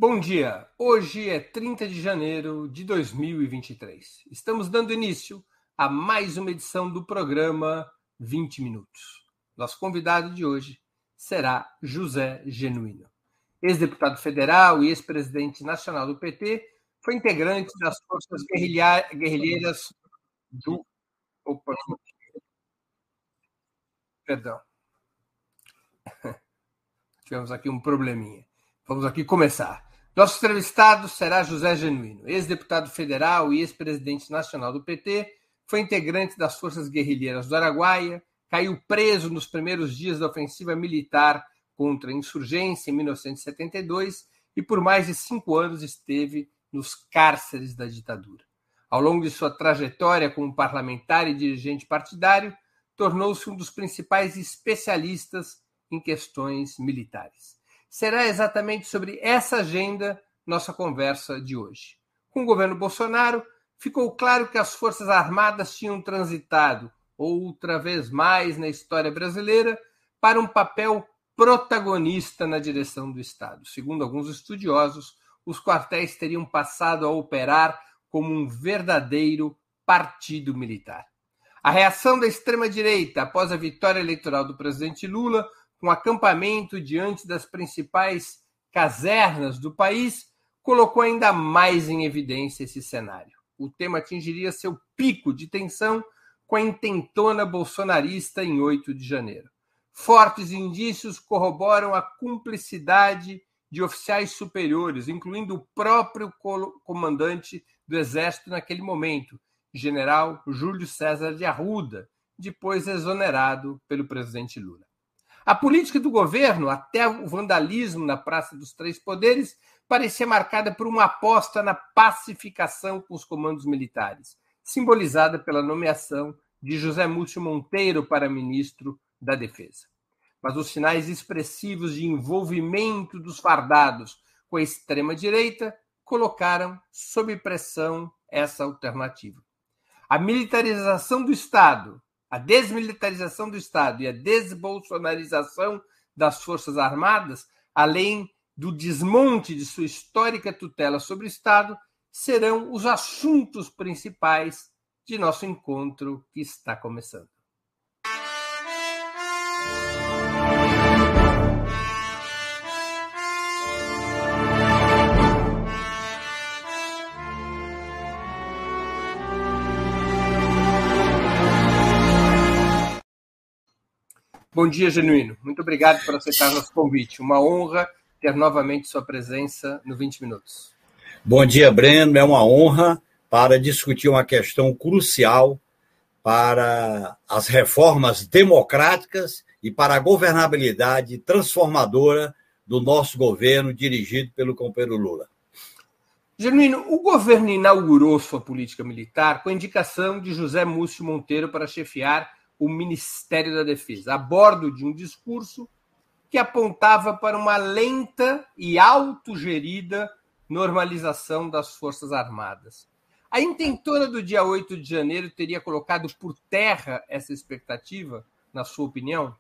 Bom dia, hoje é 30 de janeiro de 2023. Estamos dando início a mais uma edição do programa 20 Minutos. Nosso convidado de hoje será José Genuíno. Ex-deputado federal e ex-presidente nacional do PT, foi integrante das forças guerrilheiras do... Opa, perdão. Tivemos aqui um probleminha. Vamos aqui começar. Nosso entrevistado será José Genuíno, ex-deputado federal e ex-presidente nacional do PT, foi integrante das forças guerrilheiras do Araguaia, caiu preso nos primeiros dias da ofensiva militar contra a insurgência em 1972 e por mais de 5 anos esteve nos cárceres da ditadura. Ao longo de sua trajetória como parlamentar e dirigente partidário, tornou-se um dos principais especialistas em questões militares. Será exatamente sobre essa agenda nossa conversa de hoje. Com o governo Bolsonaro, ficou claro que as Forças Armadas tinham transitado, outra vez mais na história brasileira, para um papel protagonista na direção do Estado. Segundo alguns estudiosos, os quartéis teriam passado a operar como um verdadeiro partido militar. A reação da extrema-direita após a vitória eleitoral do presidente Lula, com acampamento diante das principais casernas do país, colocou ainda mais em evidência esse cenário. O tema atingiria seu pico de tensão com a intentona bolsonarista em 8 de janeiro. Fortes indícios corroboram a cumplicidade de oficiais superiores, incluindo o próprio comandante do Exército naquele momento, general Júlio César de Arruda, depois exonerado pelo presidente Lula. A política do governo, até o vandalismo na Praça dos Três Poderes, parecia marcada por uma aposta na pacificação com os comandos militares, simbolizada pela nomeação de José Múcio Monteiro para ministro da Defesa. Mas os sinais expressivos de envolvimento dos fardados com a extrema-direita colocaram sob pressão essa alternativa. A militarização do Estado, a desmilitarização do Estado e a desbolsonarização das Forças Armadas, além do desmonte de sua histórica tutela sobre o Estado, serão os assuntos principais de nosso encontro que está começando. Bom dia, Genuíno. Muito obrigado por aceitar nosso convite. Uma honra ter novamente sua presença no 20 Minutos. Bom dia, Breno. É uma honra para discutir uma questão crucial para as reformas democráticas e para a governabilidade transformadora do nosso governo dirigido pelo companheiro Lula. Genuíno, o governo inaugurou sua política militar com a indicação de José Múcio Monteiro para chefiar o Ministério da Defesa, a bordo de um discurso que apontava para uma lenta e autogerida normalização das Forças Armadas. A intentona do dia 8 de janeiro teria colocado por terra essa expectativa, na sua opinião?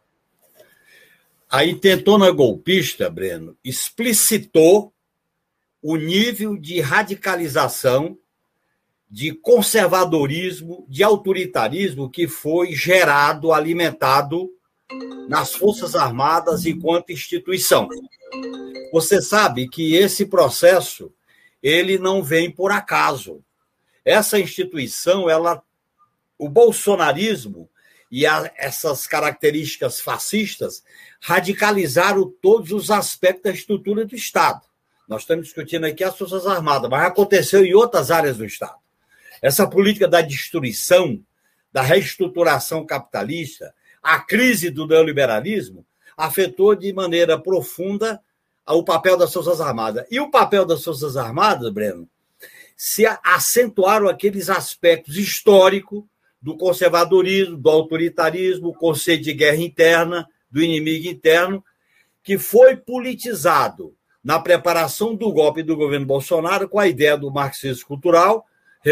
A intentona golpista, Breno, explicitou o nível de radicalização, de conservadorismo, de autoritarismo que foi gerado, alimentado nas Forças Armadas enquanto instituição. Você sabe que esse processo ele não vem por acaso. Essa instituição, o bolsonarismo e essas características fascistas radicalizaram todos os aspectos da estrutura do Estado. Nós estamos discutindo aqui as Forças Armadas, mas aconteceu em outras áreas do Estado. Essa política da destruição, da reestruturação capitalista, a crise do neoliberalismo, afetou de maneira profunda o papel das Forças Armadas. E o papel das Forças Armadas, Breno, se acentuaram aqueles aspectos históricos do conservadorismo, do autoritarismo, o conceito de guerra interna, do inimigo interno, que foi politizado na preparação do golpe do governo Bolsonaro com a ideia do marxismo cultural,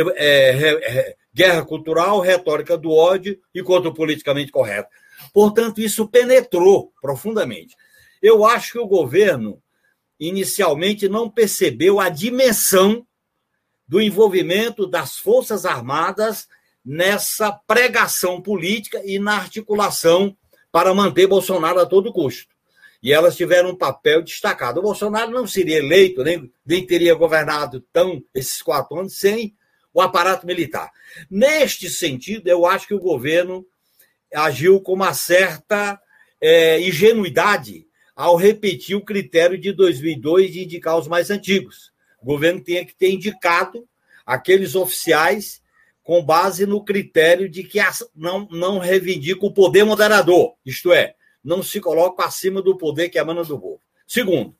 guerra cultural, retórica do ódio e contra o politicamente correto. Portanto, isso penetrou profundamente. Eu acho que o governo inicialmente não percebeu a dimensão do envolvimento das Forças Armadas nessa pregação política e na articulação para manter Bolsonaro a todo custo. E elas tiveram um papel destacado. O Bolsonaro não seria eleito, nem teria governado esses 4 anos sem o aparato militar. Neste sentido, eu acho que o governo agiu com uma certa ingenuidade ao repetir o critério de 2002 de indicar os mais antigos. O governo tinha que ter indicado aqueles oficiais com base no critério de que não reivindica o poder moderador, isto é, não se coloca acima do poder que emana do povo. Segundo,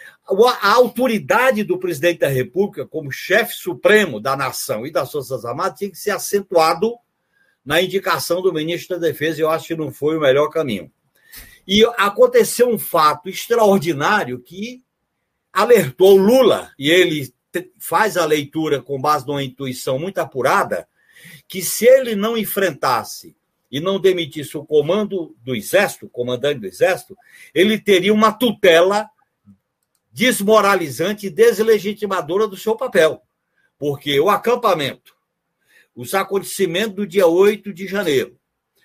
a autoridade do presidente da República como chefe supremo da nação e das Forças Armadas tinha que ser acentuado na indicação do ministro da Defesa, e eu acho que não foi o melhor caminho. E aconteceu um fato extraordinário que alertou Lula, e ele faz a leitura com base numa intuição muito apurada, que se ele não enfrentasse e não demitisse o comando do Exército, o comandante do Exército, ele teria uma tutela desmoralizante e deslegitimadora do seu papel. Porque o acampamento, os acontecimentos do dia 8 de janeiro,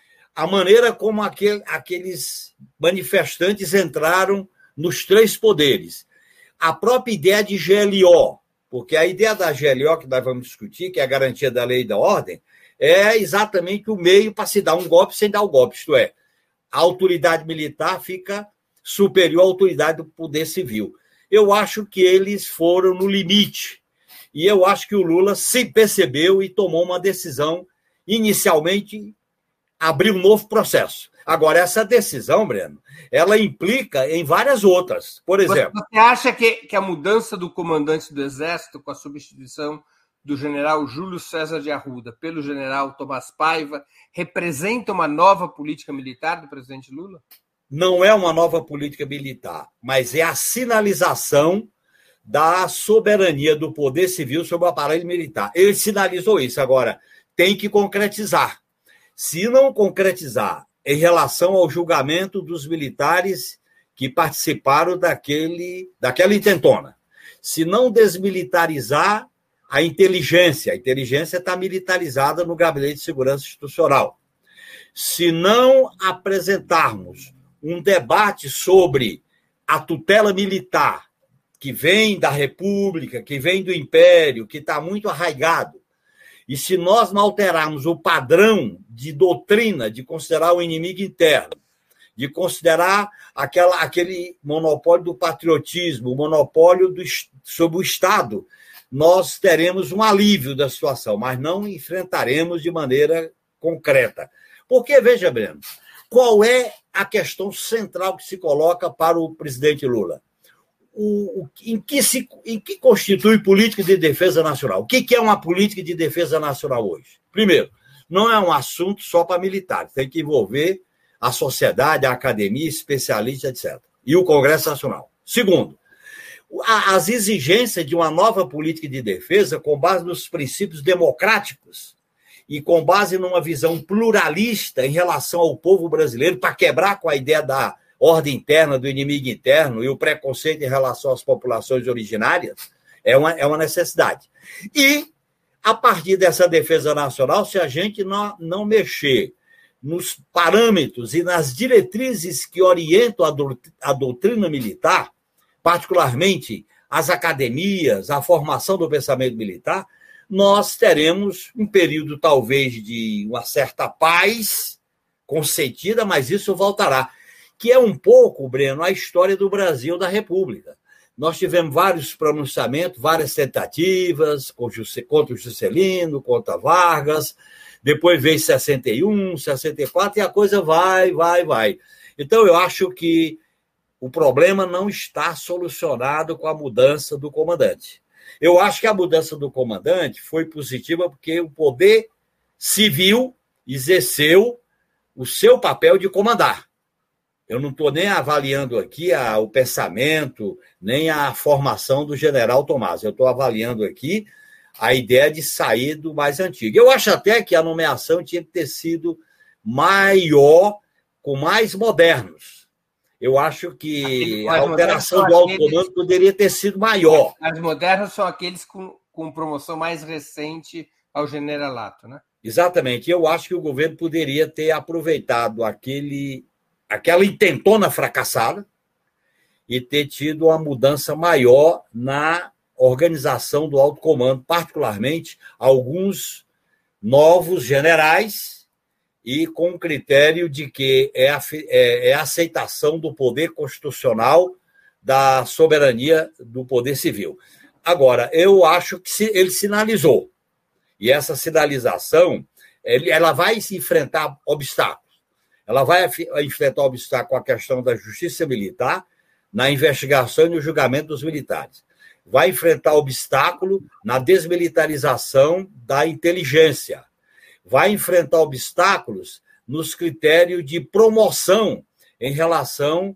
a maneira como aqueles manifestantes entraram nos 3 poderes, a própria ideia de GLO, porque a ideia da GLO que nós vamos discutir, que é a garantia da lei e da ordem, é exatamente o meio para se dar um golpe sem dar o golpe, isto é, a autoridade militar fica superior à autoridade do poder civil. Eu acho que eles foram no limite, e eu acho que o Lula se percebeu e tomou uma decisão, inicialmente, abrir um novo processo. Agora, essa decisão, Breno, ela implica em várias outras. Por exemplo... Você acha que a mudança do comandante do Exército com a substituição do general Júlio César de Arruda pelo general Tomás Paiva representa uma nova política militar do presidente Lula? Não é uma nova política militar, mas é a sinalização da soberania do poder civil sobre o aparelho militar. Ele sinalizou isso. Agora, tem que concretizar. Se não concretizar em relação ao julgamento dos militares que participaram daquela intentona, se não desmilitarizar a inteligência está militarizada no Gabinete de Segurança Institucional, se não apresentarmos um debate sobre a tutela militar que vem da República, que vem do Império, que está muito arraigado, e se nós não alterarmos o padrão de doutrina de considerar o inimigo interno, de considerar aquele monopólio do patriotismo, o monopólio sobre o Estado, nós teremos um alívio da situação, mas não enfrentaremos de maneira concreta. Porque, veja, Breno, qual é a questão central que se coloca para o presidente Lula? Em que constitui política de defesa nacional? O que é uma política de defesa nacional hoje? Primeiro, não é um assunto só para militares, tem que envolver a sociedade, a academia, especialistas, etc. E o Congresso Nacional. Segundo, as exigências de uma nova política de defesa com base nos princípios democráticos e com base numa visão pluralista em relação ao povo brasileiro, para quebrar com a ideia da ordem interna, do inimigo interno e o preconceito em relação às populações originárias, é uma necessidade. E, a partir dessa defesa nacional, se a gente não mexer nos parâmetros e nas diretrizes que orientam a doutrina militar, particularmente as academias, a formação do pensamento militar, nós teremos um período, talvez, de uma certa paz consentida, mas isso voltará. Que é um pouco, Breno, a história do Brasil da República. Nós tivemos vários pronunciamentos, várias tentativas contra o Juscelino, contra Vargas, depois veio 61, 64, e a coisa vai. Então, eu acho que o problema não está solucionado com a mudança do comandante. Eu acho que a mudança do comandante foi positiva porque o poder civil exerceu o seu papel de comandar. Eu não estou nem avaliando aqui o pensamento, nem a formação do general Tomás. Eu estou avaliando aqui a ideia de sair do mais antigo. Eu acho até que a nomeação tinha que ter sido maior, com mais modernos. Eu acho que a mais modernos alteração são do alto aqueles- comando poderia ter sido maior. As modernas são aqueles com promoção mais recente ao generalato, né? Exatamente. Eu acho que o governo poderia ter aproveitado aquela intentona fracassada e ter tido uma mudança maior na organização do alto comando, particularmente alguns novos generais e com o critério de que é a aceitação do poder constitucional da soberania do poder civil. Agora, eu acho que ele sinalizou, e essa sinalização ela vai enfrentar obstáculos. Ela vai enfrentar obstáculos com a questão da justiça militar, na investigação e no julgamento dos militares. Vai enfrentar obstáculo na desmilitarização da inteligência. Vai enfrentar obstáculos nos critérios de promoção em relação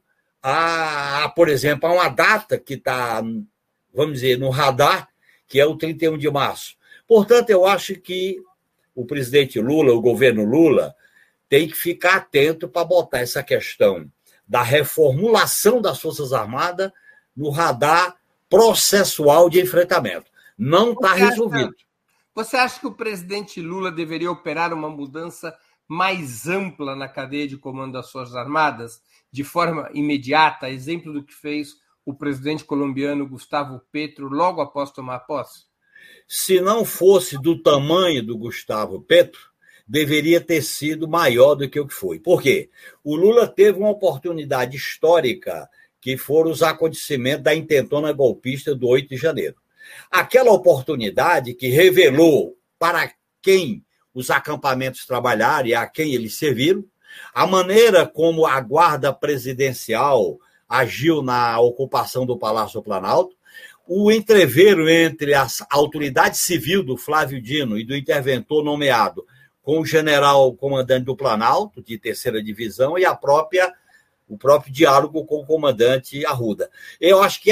por exemplo, a uma data que está, vamos dizer, no radar, que é o 31 de março. Portanto, eu acho que o presidente Lula, o governo Lula, tem que ficar atento para botar essa questão da reformulação das Forças Armadas no radar processual de enfrentamento. Não está resolvido. Você acha que o presidente Lula deveria operar uma mudança mais ampla na cadeia de comando das Forças Armadas, de forma imediata, exemplo do que fez o presidente colombiano Gustavo Petro logo após tomar posse? Se não fosse do tamanho do Gustavo Petro, deveria ter sido maior do que o que foi. Por quê? O Lula teve uma oportunidade histórica, que foram os acontecimentos da intentona golpista do 8 de janeiro. Aquela oportunidade que revelou para quem os acampamentos trabalharam e a quem eles serviram, a maneira como a guarda presidencial agiu na ocupação do Palácio do Planalto, o entreveiro entre a autoridade civil do Flávio Dino e do interventor nomeado com o general comandante do Planalto, de 3ª Divisão, e o próprio diálogo com o comandante Arruda. Eu acho que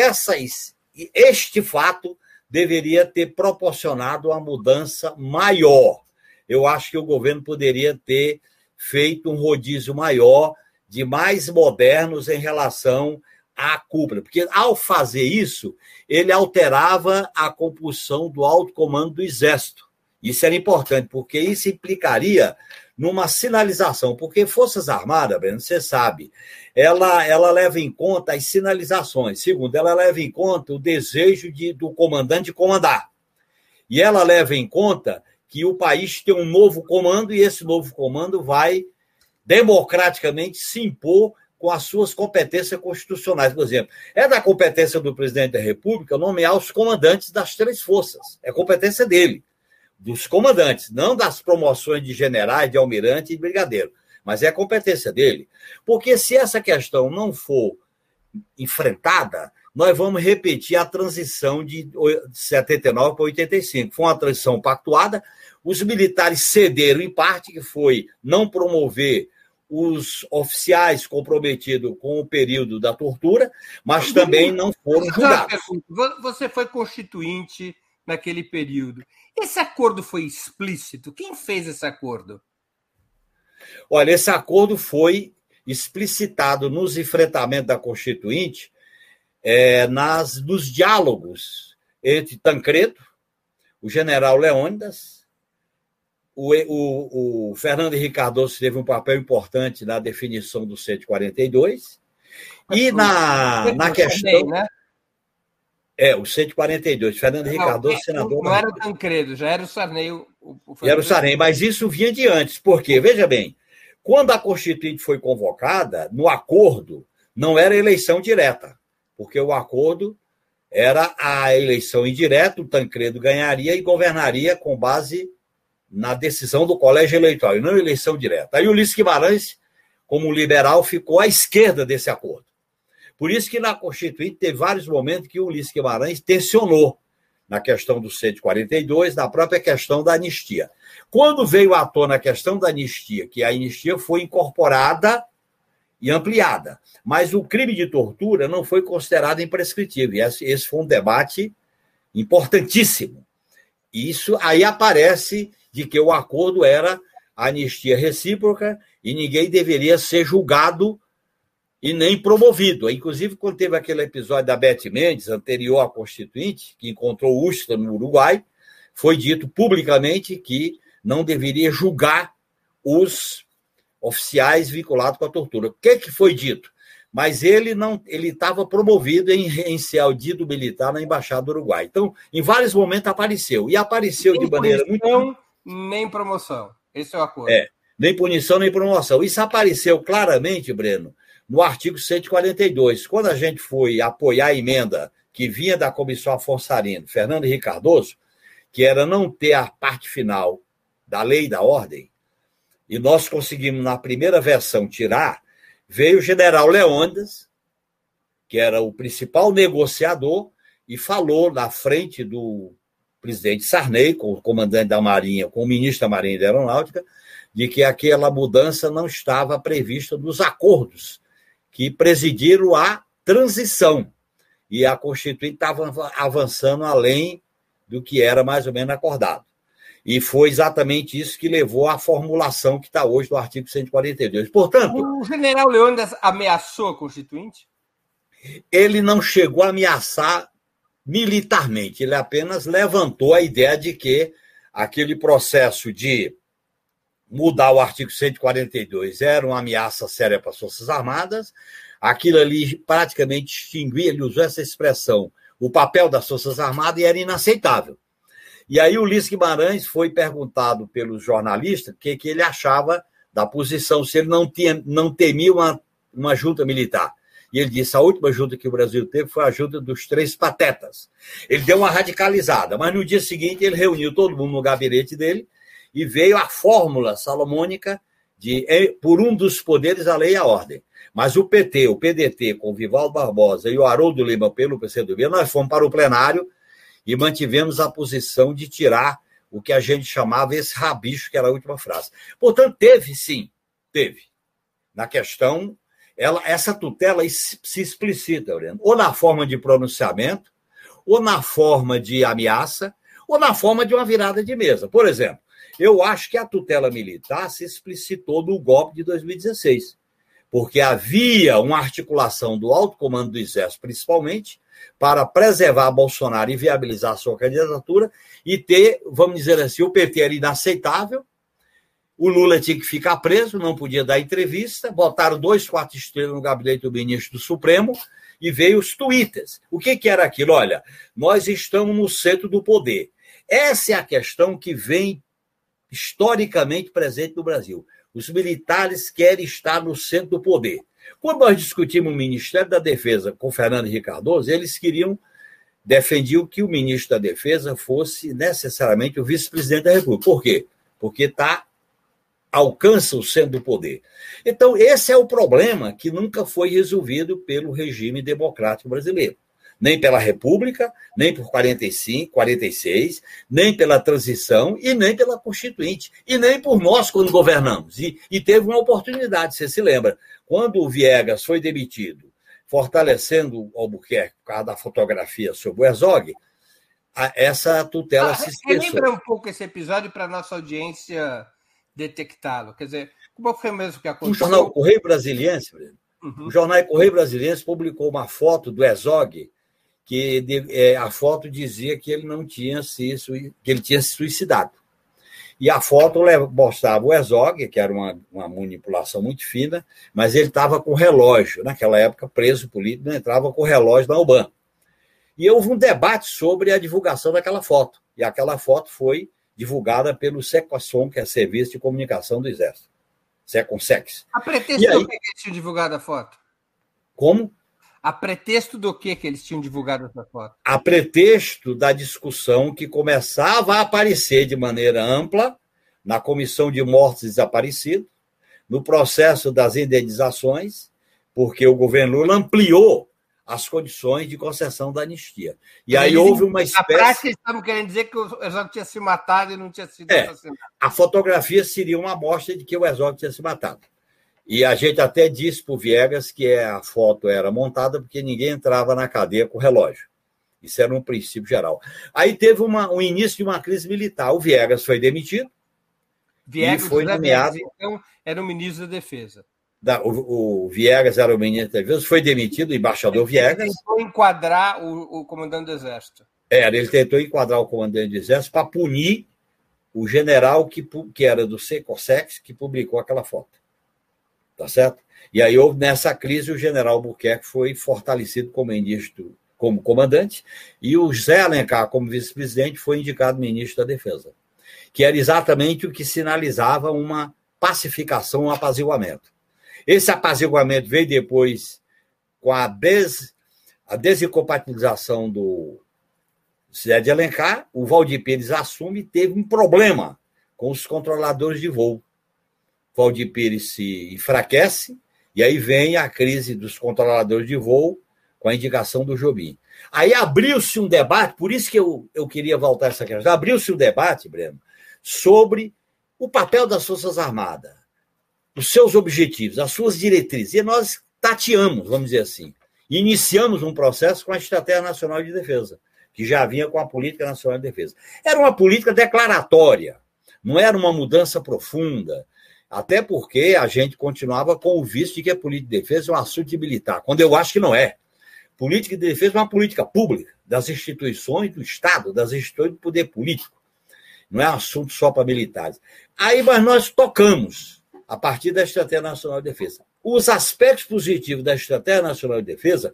este fato deveria ter proporcionado uma mudança maior. Eu acho que o governo poderia ter feito um rodízio maior de mais modernos em relação à cúpula, porque ao fazer isso, ele alterava a composição do alto comando do Exército. Isso era importante, porque isso implicaria numa sinalização, porque Forças Armadas, Breno, você sabe, ela leva em conta as sinalizações. Segundo, ela leva em conta o desejo do comandante comandar. E ela leva em conta que o país tem um novo comando e esse novo comando vai democraticamente se impor com as suas competências constitucionais. Por exemplo, é da competência do presidente da República nomear os comandantes das 3 forças. É competência dele, dos comandantes, não das promoções de generais, de almirante e de brigadeiro. Mas é competência dele. Porque se essa questão não for enfrentada, nós vamos repetir a transição de 79 para 85. Foi uma transição pactuada, os militares cederam em parte, que foi não promover os oficiais comprometidos com o período da tortura, mas também não foram julgados. Você foi constituinte naquele período. Esse acordo foi explícito? Quem fez esse acordo? Olha, esse acordo foi explicitado nos enfrentamentos da Constituinte, nos diálogos entre Tancredo, o general Leônidas, o Fernando Henrique Cardoso teve um papel importante na definição do 142, e na questão... Né? O 142, Fernando Henrique Cardoso, senador... Não era o Tancredo, já era o Sarney. Era o Sarney, mas isso vinha de antes, porque, veja bem, quando a Constituinte foi convocada, no acordo, não era eleição direta, porque o acordo era a eleição indireta, o Tancredo ganharia e governaria com base na decisão do colégio eleitoral, e não eleição direta. Aí o Ulisses Guimarães, como liberal, ficou à esquerda desse acordo. Por isso que na Constituinte teve vários momentos que o Ulisses Guimarães tensionou na questão do 142, na própria questão da anistia. Quando veio à tona a questão da anistia, que a anistia foi incorporada e ampliada, mas o crime de tortura não foi considerado imprescritível. E esse foi um debate importantíssimo. Isso aí aparece de que o acordo era anistia recíproca e ninguém deveria ser julgado e nem promovido. Inclusive, quando teve aquele episódio da Beth Mendes, anterior à Constituinte, que encontrou Ustra no Uruguai, foi dito publicamente que não deveria julgar os oficiais vinculados com a tortura. O que foi dito? Mas ele estava promovido em ser audido militar na Embaixada do Uruguai. Então, em vários momentos apareceu. E apareceu nem de maneira punição, muito... nem promoção. Esse é o acordo. Nem punição, nem promoção. Isso apareceu claramente, Breno, no artigo 142. Quando a gente foi apoiar a emenda que vinha da Comissão Afonso Arino, Fernando Henrique Cardoso, que era não ter a parte final da lei da ordem, e nós conseguimos, na primeira versão, tirar, veio o general Leônidas, que era o principal negociador, e falou na frente do presidente Sarney, com o comandante da Marinha, com o ministro da Marinha e da Aeronáutica, de que aquela mudança não estava prevista nos acordos que presidiram a transição. E a Constituinte estava avançando além do que era mais ou menos acordado. E foi exatamente isso que levou à formulação que está hoje no artigo 142. Portanto... O general Leônidas ameaçou a Constituinte? Ele não chegou a ameaçar militarmente, ele apenas levantou a ideia de que aquele processo de mudar o artigo 142 era uma ameaça séria para as Forças Armadas, aquilo ali praticamente extinguia, ele usou essa expressão, o papel das Forças Armadas, e era inaceitável. E aí o Ulisses Guimarães foi perguntado pelos jornalistas o que ele achava da posição, se ele não temia uma junta militar. E ele disse, a última junta que o Brasil teve foi a junta dos 3 patetas. Ele deu uma radicalizada, mas no dia seguinte ele reuniu todo mundo no gabinete dele e veio a fórmula salomônica de, por um dos poderes, a lei e a ordem. Mas o PT, o PDT, com o Vivaldo Barbosa e o Haroldo Lima pelo PCdoB, nós fomos para o plenário e mantivemos a posição de tirar o que a gente chamava esse rabicho, que era a última frase. Portanto, teve, na questão... essa tutela se explicita, ou na forma de pronunciamento, ou na forma de ameaça, ou na forma de uma virada de mesa. Por exemplo, eu acho que a tutela militar se explicitou no golpe de 2016, porque havia uma articulação do alto comando do Exército, principalmente, para preservar Bolsonaro e viabilizar a sua candidatura e ter, vamos dizer assim, o PT era inaceitável, o Lula tinha que ficar preso, não podia dar entrevista, botaram 2 4 estrelas no gabinete do ministro do Supremo e veio os twitters. O que era aquilo? Olha, nós estamos no centro do poder. Essa é a questão que vem historicamente presente no Brasil. Os militares querem estar no centro do poder. Quando nós discutimos o Ministério da Defesa com Fernando Henrique Cardoso, eles defendiam que o ministro da Defesa fosse necessariamente o vice-presidente da República. Por quê? Porque alcança o centro do poder. Então, esse é o problema que nunca foi resolvido pelo regime democrático brasileiro. Nem pela República, nem por 45, 46, nem pela transição e nem pela Constituinte. E nem por nós quando governamos. E teve uma oportunidade, você se lembra, quando o Viegas foi demitido, fortalecendo o Albuquerque por causa da fotografia sobre o Herzog, essa tutela se expressou. Relembra um pouco esse episódio para a nossa audiência detectá-lo. Quer dizer, como foi mesmo que aconteceu? O jornal Correio Brasiliense, o jornal Correio Brasiliense publicou uma foto do Herzog, que a foto dizia que ele não tinha que ele tinha se suicidado. E a foto mostrava o Herzog, que era uma manipulação muito fina, mas ele estava com relógio. Naquela época, preso político, não entrava com relógio na UBAN. E houve um debate sobre a divulgação daquela foto. E aquela foto foi divulgada pelo SECOSOM, que é Serviço de Comunicação do Exército. SECONSEX. A pretexto do que eles tinham divulgado a foto? Como? A pretexto do que eles tinham divulgado essa foto? A pretexto da discussão que começava a aparecer de maneira ampla na Comissão de Mortos e Desaparecidos, no processo das indenizações, porque o governo Lula ampliou as condições de concessão da anistia. E aí houve uma espécie... Na prática, eles estavam querendo dizer que o Herzog tinha se matado e não tinha sido assassinado. A fotografia seria uma amostra de que o Herzog tinha se matado. E a gente até disse para o Viegas que a foto era montada porque ninguém entrava na cadeia com relógio. Isso era um princípio geral. Aí teve o início de uma crise militar. O Viegas foi demitido. Viegas e foi nomeado... então, era o ministro da Defesa. O Viegas era o ministro da Defesa, foi demitido, o embaixador Viegas. Ele tentou enquadrar o comandante do Exército. Ele tentou enquadrar o comandante do Exército para punir o general que era do Secosex, que publicou aquela foto. Tá certo? E aí, nessa crise, o general Albuquerque foi fortalecido como ministro, como comandante, e o José Alencar, como vice-presidente, foi indicado ministro da Defesa, que era exatamente o que sinalizava uma pacificação, um apaziguamento. Esse apaziguamento veio depois com a desincompatibilização do José de Alencar. O Valdir Pires assume e teve um problema com os controladores de voo. O Valdir Pires se enfraquece, e aí vem a crise dos controladores de voo com a indicação do Jobim. Aí abriu-se um debate, por isso que eu queria voltar a essa questão, abriu-se um debate, Breno, sobre o papel das Forças Armadas, os seus objetivos, as suas diretrizes. E nós tateamos, vamos dizer assim, iniciamos um processo com a Estratégia Nacional de Defesa, que já vinha com a Política Nacional de Defesa. Era uma política declaratória, não era uma mudança profunda, até porque a gente continuava com o vício de que a política de defesa é um assunto militar, quando eu acho que não é. Política de defesa é uma política pública, das instituições do Estado, das instituições do poder político. Não é um assunto só para militares. Mas nós tocamos, a partir da Estratégia Nacional de Defesa. Os aspectos positivos da Estratégia Nacional de Defesa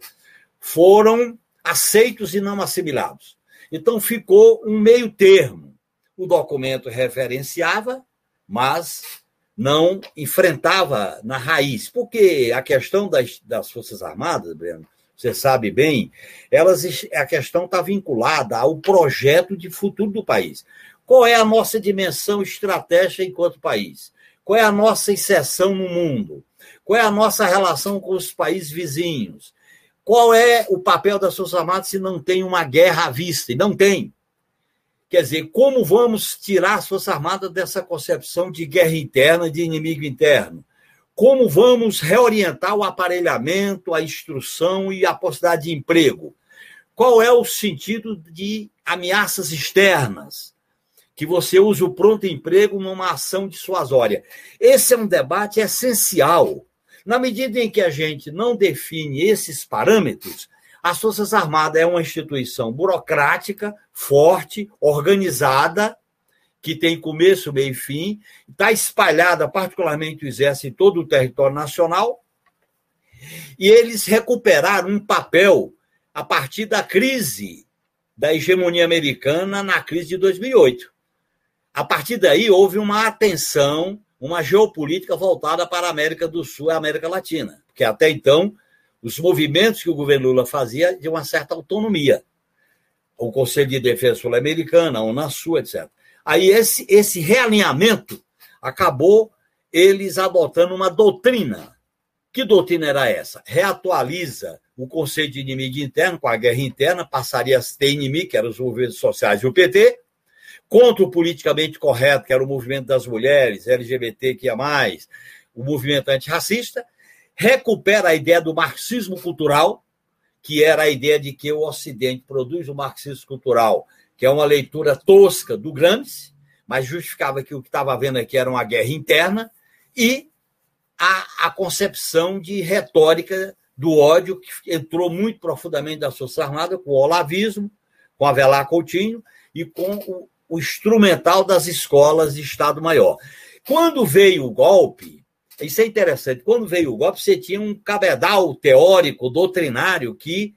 foram aceitos e não assimilados. Então, ficou um meio termo. O documento referenciava, mas não enfrentava na raiz. Porque a questão das Forças Armadas, Breno, você sabe bem, a questão está vinculada ao projeto de futuro do país. Qual é a nossa dimensão estratégica enquanto país? Qual é a nossa inserção no mundo? Qual é a nossa relação com os países vizinhos? Qual é o papel das Forças Armadas se não tem uma guerra à vista? E não tem. Quer dizer, como vamos tirar as Forças Armadas dessa concepção de guerra interna, de inimigo interno? Como vamos reorientar o aparelhamento, a instrução e a possibilidade de emprego? Qual é o sentido de ameaças externas? Que você usa o pronto emprego numa ação dissuasória. Esse é um debate essencial. Na medida em que a gente não define esses parâmetros, as Forças Armadas é uma instituição burocrática, forte, organizada, que tem começo, meio e fim, está espalhada, particularmente o Exército, em todo o território nacional, e eles recuperaram um papel a partir da crise da hegemonia americana na crise de 2008. A partir daí, houve uma atenção, uma geopolítica voltada para a América do Sul e a América Latina, porque até então, os movimentos que o governo Lula fazia de uma certa autonomia. O Conselho de Defesa Sul-Americana, a Unasul, etc. Aí esse realinhamento acabou eles adotando uma doutrina. Que doutrina era essa? Reatualiza o conceito de inimigo interno, com a guerra interna, passaria a ter inimigo, que eram os movimentos sociais e o PT, contra o politicamente correto, que era o movimento das mulheres, LGBTQIA+, o movimento antirracista, recupera a ideia do marxismo cultural, que era a ideia de que o Ocidente produz o marxismo cultural, que é uma leitura tosca do Gramsci, mas justificava que o que estava havendo aqui era uma guerra interna, e a concepção de retórica do ódio, que entrou muito profundamente das Forças Armadas, com o olavismo, com Avelar Coutinho e com o instrumental das escolas de Estado-Maior. Quando veio o golpe, isso é interessante, quando veio o golpe, você tinha um cabedal teórico, doutrinário, que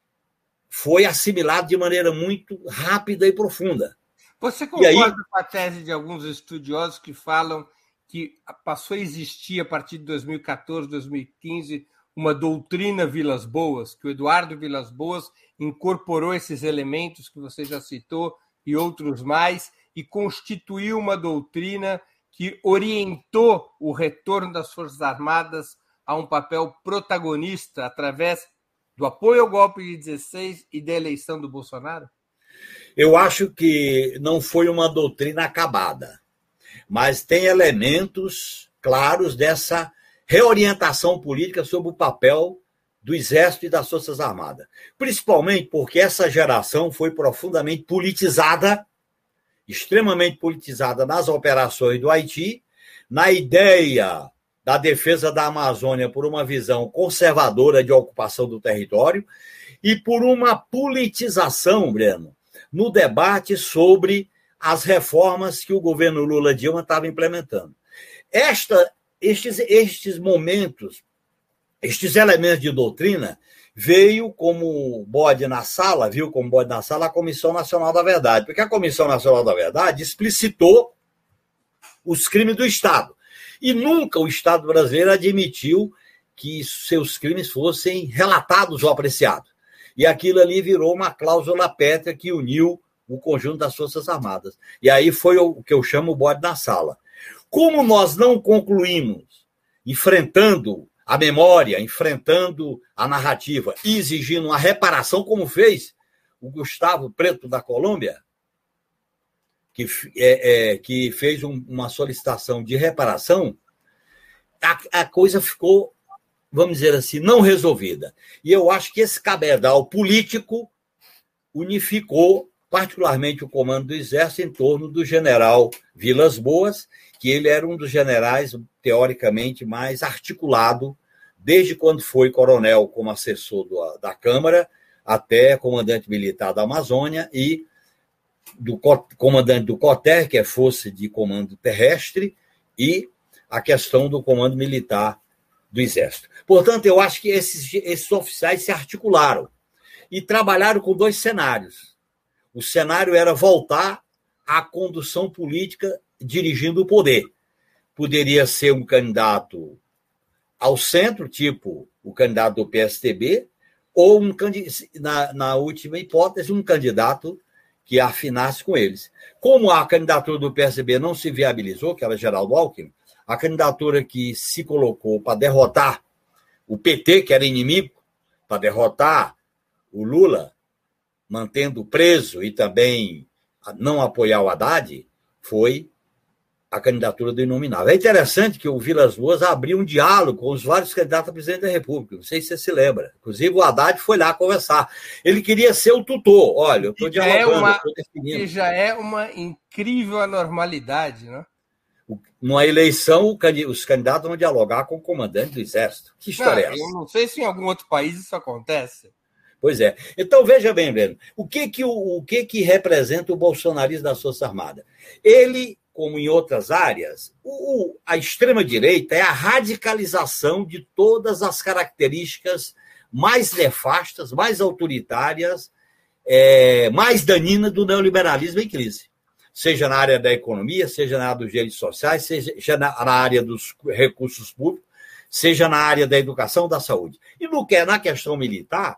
foi assimilado de maneira muito rápida e profunda. Você concorda com a tese de alguns estudiosos que falam que passou a existir, a partir de 2014, 2015, uma doutrina Vilas Boas, que o Eduardo Vilas Boas incorporou esses elementos que você já citou e outros mais, e constituiu uma doutrina que orientou o retorno das Forças Armadas a um papel protagonista através do apoio ao golpe de 16 e da eleição do Bolsonaro? Eu acho que não foi uma doutrina acabada, mas tem elementos claros dessa reorientação política sobre o papel do Exército e das Forças Armadas. Principalmente porque essa geração foi profundamente politizada, extremamente politizada nas operações do Haiti, na ideia da defesa da Amazônia por uma visão conservadora de ocupação do território e por uma politização, Breno, no debate sobre as reformas que o governo Lula-Dilma estava implementando. Estes momentos, estes elementos de doutrina, veio como bode na sala, viu como bode na sala a Comissão Nacional da Verdade, porque a Comissão Nacional da Verdade explicitou os crimes do Estado. E nunca o Estado brasileiro admitiu que seus crimes fossem relatados ou apreciados. E aquilo ali virou uma cláusula pétrea que uniu o conjunto das Forças Armadas. E aí foi o que eu chamo o bode na sala. Como nós não concluímos enfrentando a memória, enfrentando a narrativa e exigindo uma reparação, como fez o Gustavo Preto da Colômbia, que fez uma solicitação de reparação, a coisa ficou, vamos dizer assim, não resolvida. E eu acho que esse cabedal político unificou particularmente o comando do Exército em torno do general Vilas Boas, que ele era um dos generais, teoricamente, mais articulado, desde quando foi coronel como assessor da Câmara, até comandante militar da Amazônia e do comandante do COTER, que é Força de Comando Terrestre, e a questão do comando militar do Exército. Portanto, eu acho que esses oficiais se articularam e trabalharam com dois cenários. O cenário era voltar à condução política dirigindo o poder. Poderia ser um candidato ao centro, tipo o candidato do PSDB, ou, na última hipótese, um candidato que afinasse com eles. Como a candidatura do PSDB não se viabilizou, que era Geraldo Alckmin, a candidatura que se colocou para derrotar o PT, que era inimigo, para derrotar o Lula, mantendo preso e também não apoiar o Haddad, foi a candidatura do Inominável. É interessante que o Vilas Boas abriu um diálogo com os vários candidatos a presidente da República. Não sei se você se lembra. Inclusive, o Haddad foi lá conversar. Ele queria ser o tutor. Olha, eu estou dialogando, estou definindo. Que já é uma incrível anormalidade, né? Numa eleição, os candidatos vão dialogar com o comandante do Exército. Que história é essa? Eu não sei se em algum outro país isso acontece. Pois é. Então, veja bem, Breno, o que representa o bolsonarismo das Forças Armadas? Ele, como em outras áreas, a extrema-direita é a radicalização de todas as características mais nefastas, mais autoritárias, mais daninas do neoliberalismo em crise. Seja na área da economia, seja na área dos direitos sociais, seja na área dos recursos públicos, seja na área da educação, da saúde. E na questão militar,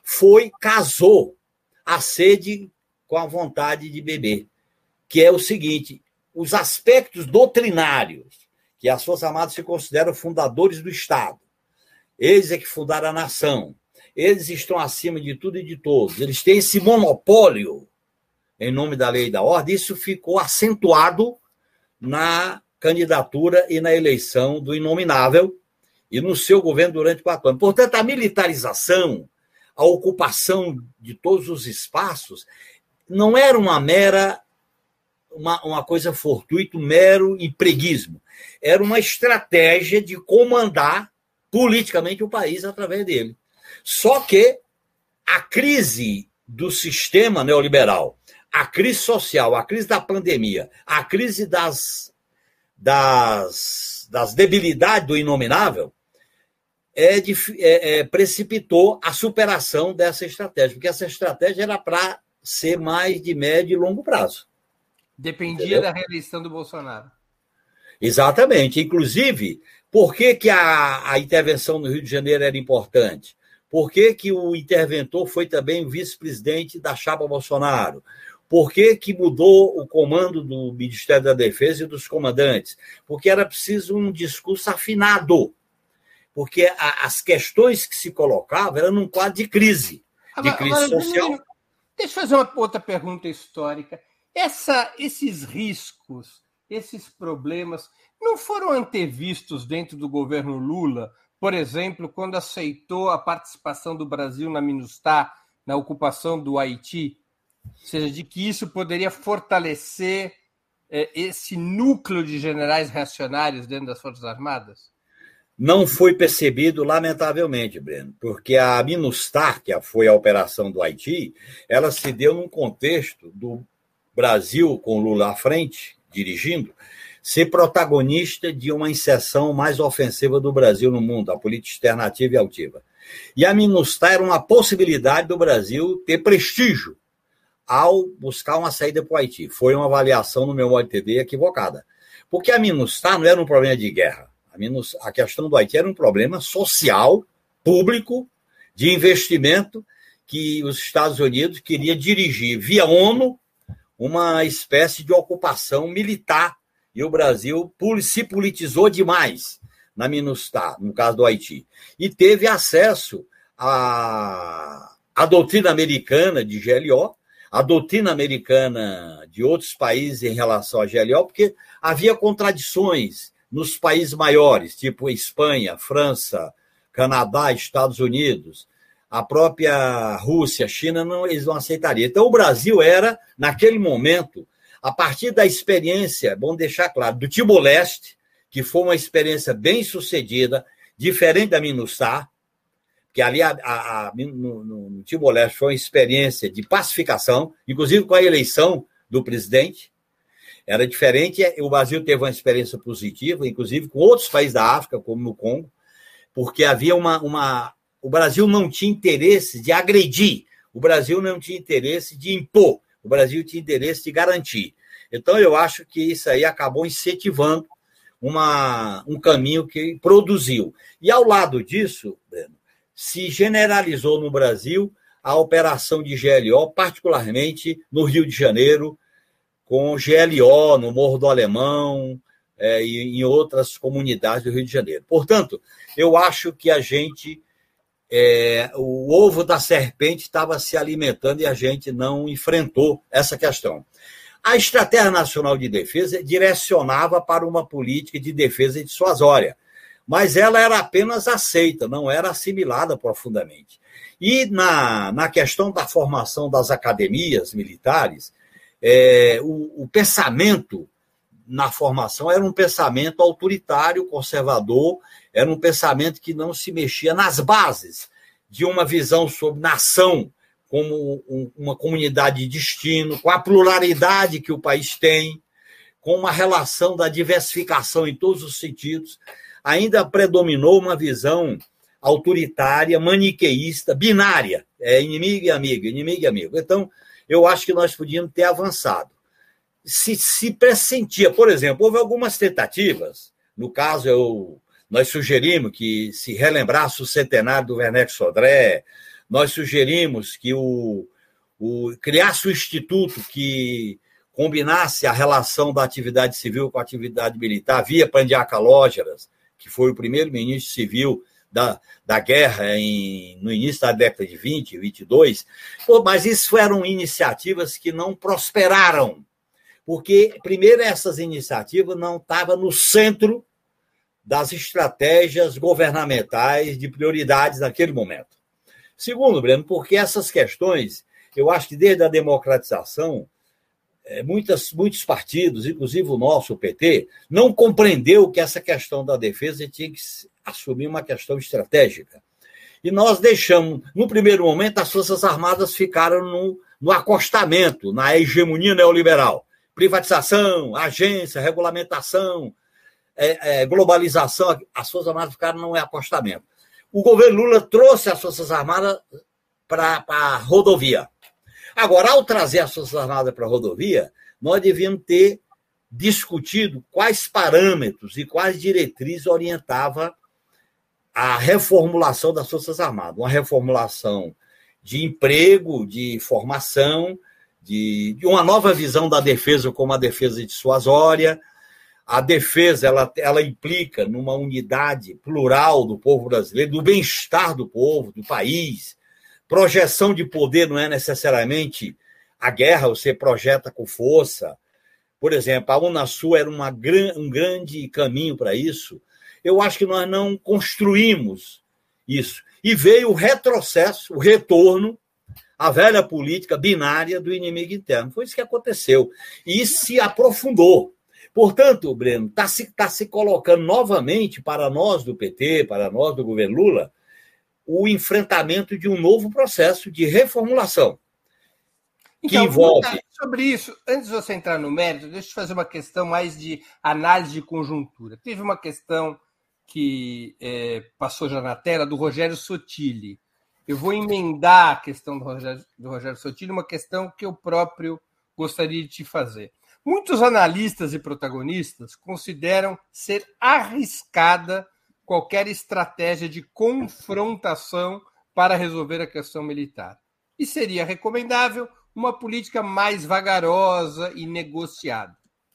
casou a sede com a vontade de beber, que é o seguinte: os aspectos doutrinários, que as Forças Armadas se consideram fundadores do Estado, eles é que fundaram a nação, eles estão acima de tudo e de todos, eles têm esse monopólio em nome da lei e da ordem. Isso ficou acentuado na candidatura e na eleição do Inominável e no seu governo durante 4 anos. Portanto, a militarização, a ocupação de todos os espaços, não era uma coisa fortuita, um mero empreguismo. Era uma estratégia de comandar politicamente o país através dele. Só que a crise do sistema neoliberal, a crise social, a crise da pandemia, a crise das debilidades do Inominável, precipitou a superação dessa estratégia, porque essa estratégia era para ser mais de médio e longo prazo. Dependia, entendeu? Da reeleição do Bolsonaro. Exatamente. Inclusive, por que a intervenção no Rio de Janeiro era importante? Por que o interventor foi também o vice-presidente da chapa Bolsonaro? Por que mudou o comando do Ministério da Defesa e dos comandantes? Porque era preciso um discurso afinado. Porque as questões que se colocavam eram num quadro de crise social. Deixa eu fazer uma outra pergunta histórica. Esses riscos, esses problemas, não foram antevistos dentro do governo Lula, por exemplo, quando aceitou a participação do Brasil na MINUSTAH, na ocupação do Haiti? Ou seja, de que isso poderia fortalecer esse núcleo de generais reacionários dentro das Forças Armadas? não foi percebido, lamentavelmente, Breno, porque a MINUSTAH, que foi a operação do Haiti, ela se deu num contexto do Brasil, com Lula à frente, dirigindo, ser protagonista de uma inserção mais ofensiva do Brasil no mundo, a política externa ativa e altiva. E a MINUSTAH era uma possibilidade do Brasil ter prestígio ao buscar uma saída para o Haiti. Foi uma avaliação, no meu modo de ver, equivocada. Porque a MINUSTAH não era um problema de guerra. A questão do Haiti era um problema social, público, de investimento, que os Estados Unidos queria dirigir via ONU uma espécie de ocupação militar. E o Brasil se politizou demais na MINUSTAH, no caso do Haiti. E teve acesso à doutrina americana de GLO, a doutrina americana de outros países em relação à GLO, porque havia contradições nos países maiores, tipo Espanha, França, Canadá, Estados Unidos, a própria Rússia, China, eles não aceitariam. Então, o Brasil era, naquele momento, a partir da experiência, bom deixar claro, do Timor-Leste, que foi uma experiência bem sucedida, diferente da MINUSTAH, que ali no Timor-Leste foi uma experiência de pacificação, inclusive com a eleição do presidente. Era diferente, o Brasil teve uma experiência positiva, inclusive com outros países da África, como no Congo, porque havia o Brasil não tinha interesse de agredir, o Brasil não tinha interesse de impor, o Brasil tinha interesse de garantir. Então, eu acho que isso aí acabou incentivando um caminho que produziu. E, ao lado disso, Breno, se generalizou no Brasil a operação de GLO, particularmente no Rio de Janeiro, com GLO no Morro do Alemão e em outras comunidades do Rio de Janeiro. Portanto, eu acho que o ovo da serpente estava se alimentando e a gente não enfrentou essa questão. A Estratégia Nacional de Defesa direcionava para uma política de defesa dissuasória, mas ela era apenas aceita, não era assimilada profundamente. E na questão da formação das academias militares, o pensamento na formação era um pensamento autoritário, conservador, era um pensamento que não se mexia nas bases de uma visão sobre nação como uma comunidade de destino, com a pluralidade que o país tem, com uma relação da diversificação em todos os sentidos. Ainda predominou uma visão autoritária, maniqueísta, binária, inimigo e amigo, inimigo e amigo. Então, eu acho que nós podíamos ter avançado. Se pressentia, por exemplo, houve algumas tentativas, no caso, nós sugerimos que se relembrasse o centenário do Werneck Sodré, nós sugerimos que criasse um instituto que combinasse a relação da atividade civil com a atividade militar, via Pandiaca Lógeras, que foi o primeiro ministro civil da guerra no início da década de 20, 22, mas isso eram iniciativas que não prosperaram, porque, primeiro, essas iniciativas não estavam no centro das estratégias governamentais de prioridades naquele momento. Segundo, Breno, porque essas questões, eu acho que desde a democratização, muitos partidos, inclusive o nosso, o PT, não compreendeu que essa questão da defesa tinha que assumir uma questão estratégica. E nós deixamos, no primeiro momento, as Forças Armadas ficaram no acostamento, na hegemonia neoliberal. Privatização, agência, regulamentação, globalização, as Forças Armadas ficaram no acostamento. O governo Lula trouxe as Forças Armadas para a rodovia. Agora, ao trazer as Forças Armadas para a rodovia, nós devíamos ter discutido quais parâmetros e quais diretrizes orientava a reformulação das Forças Armadas. Uma reformulação de emprego, de formação, de uma nova visão da defesa como a defesa dissuasória. A defesa ela implica numa unidade plural do povo brasileiro, do bem-estar do povo, do país. Projeção de poder não é necessariamente a guerra, você projeta com força. Por exemplo, a Unasul era um grande caminho para isso. Eu acho que nós não construímos isso. E veio o retrocesso, o retorno à velha política binária do inimigo interno. Foi isso que aconteceu. E se aprofundou. Portanto, Breno, está se colocando novamente para nós do PT, para nós do governo Lula, o enfrentamento de um novo processo de reformulação. Então, que envolve... sobre isso, antes de você entrar no mérito, deixa eu fazer uma questão mais de análise de conjuntura. Teve uma questão que passou já na tela, do Rogério Sotili. Eu vou emendar a questão do Rogério Sotili, uma questão que eu próprio gostaria de te fazer. Muitos analistas e protagonistas consideram ser arriscada qualquer estratégia de confrontação para resolver a questão militar. E seria recomendável uma política mais vagarosa e negociada.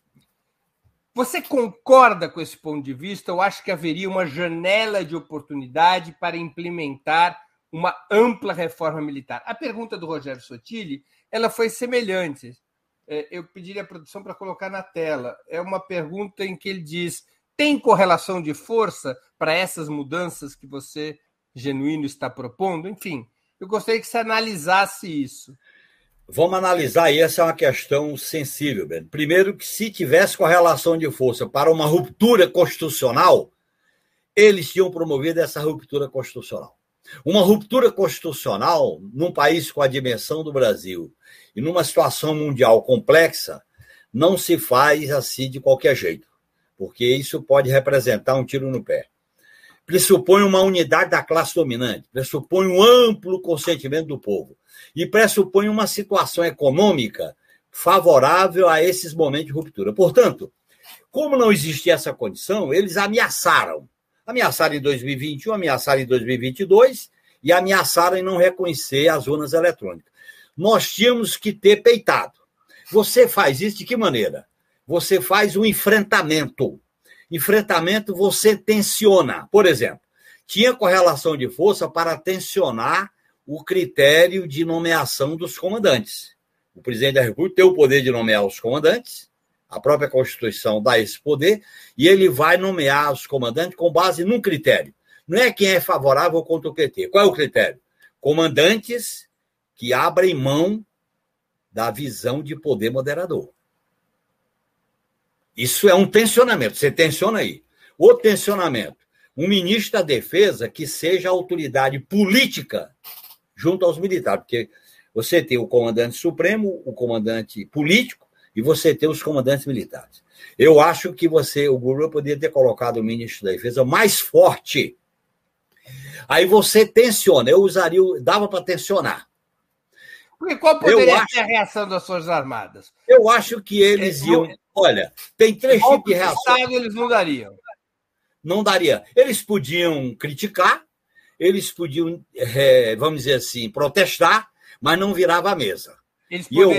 Você concorda com esse ponto de vista ou acha que haveria uma janela de oportunidade para implementar uma ampla reforma militar? A pergunta do Rogério Sotili, ela foi semelhante. Eu pediria à produção para colocar na tela. É uma pergunta em que ele diz: tem correlação de força para essas mudanças que você, Genuíno, está propondo? Enfim, eu gostaria que você analisasse isso. Vamos analisar, e essa é uma questão sensível, Ben. Primeiro, que se tivesse correlação de força para uma ruptura constitucional, eles tinham promovido essa ruptura constitucional. Uma ruptura constitucional, num país com a dimensão do Brasil e numa situação mundial complexa, não se faz assim de qualquer jeito, porque isso pode representar um tiro no pé. Pressupõe uma unidade da classe dominante, pressupõe um amplo consentimento do povo e pressupõe uma situação econômica favorável a esses momentos de ruptura. Portanto, como não existia essa condição, eles ameaçaram. Ameaçaram em 2021, ameaçaram em 2022 e ameaçaram em não reconhecer as urnas eletrônicas. Nós tínhamos que ter peitado. Você faz isso de que maneira? Você faz um enfrentamento. Enfrentamento você tensiona. Por exemplo, tinha correlação de força para tensionar o critério de nomeação dos comandantes. O presidente da República tem o poder de nomear os comandantes, a própria Constituição dá esse poder, e ele vai nomear os comandantes com base num critério. Não é quem é favorável contra o PT. Qual é o critério? Comandantes que abrem mão da visão de poder moderador. Isso é um tensionamento. Você tensiona aí. Outro tensionamento. Um ministro da Defesa que seja autoridade política junto aos militares. Porque você tem o comandante supremo, o comandante político, e você tem os comandantes militares. Eu acho que o Lula poderia ter colocado o ministro da Defesa mais forte. Aí você tensiona. Dava para tensionar. Porque qual poderia ser a reação das Forças Armadas? Eu acho que eles iam... Olha, tem 3 tipos de reação. Eles não dariam. Não daria. Eles podiam criticar, eles podiam, vamos dizer assim, protestar, mas não virava a mesa. Eles poderiam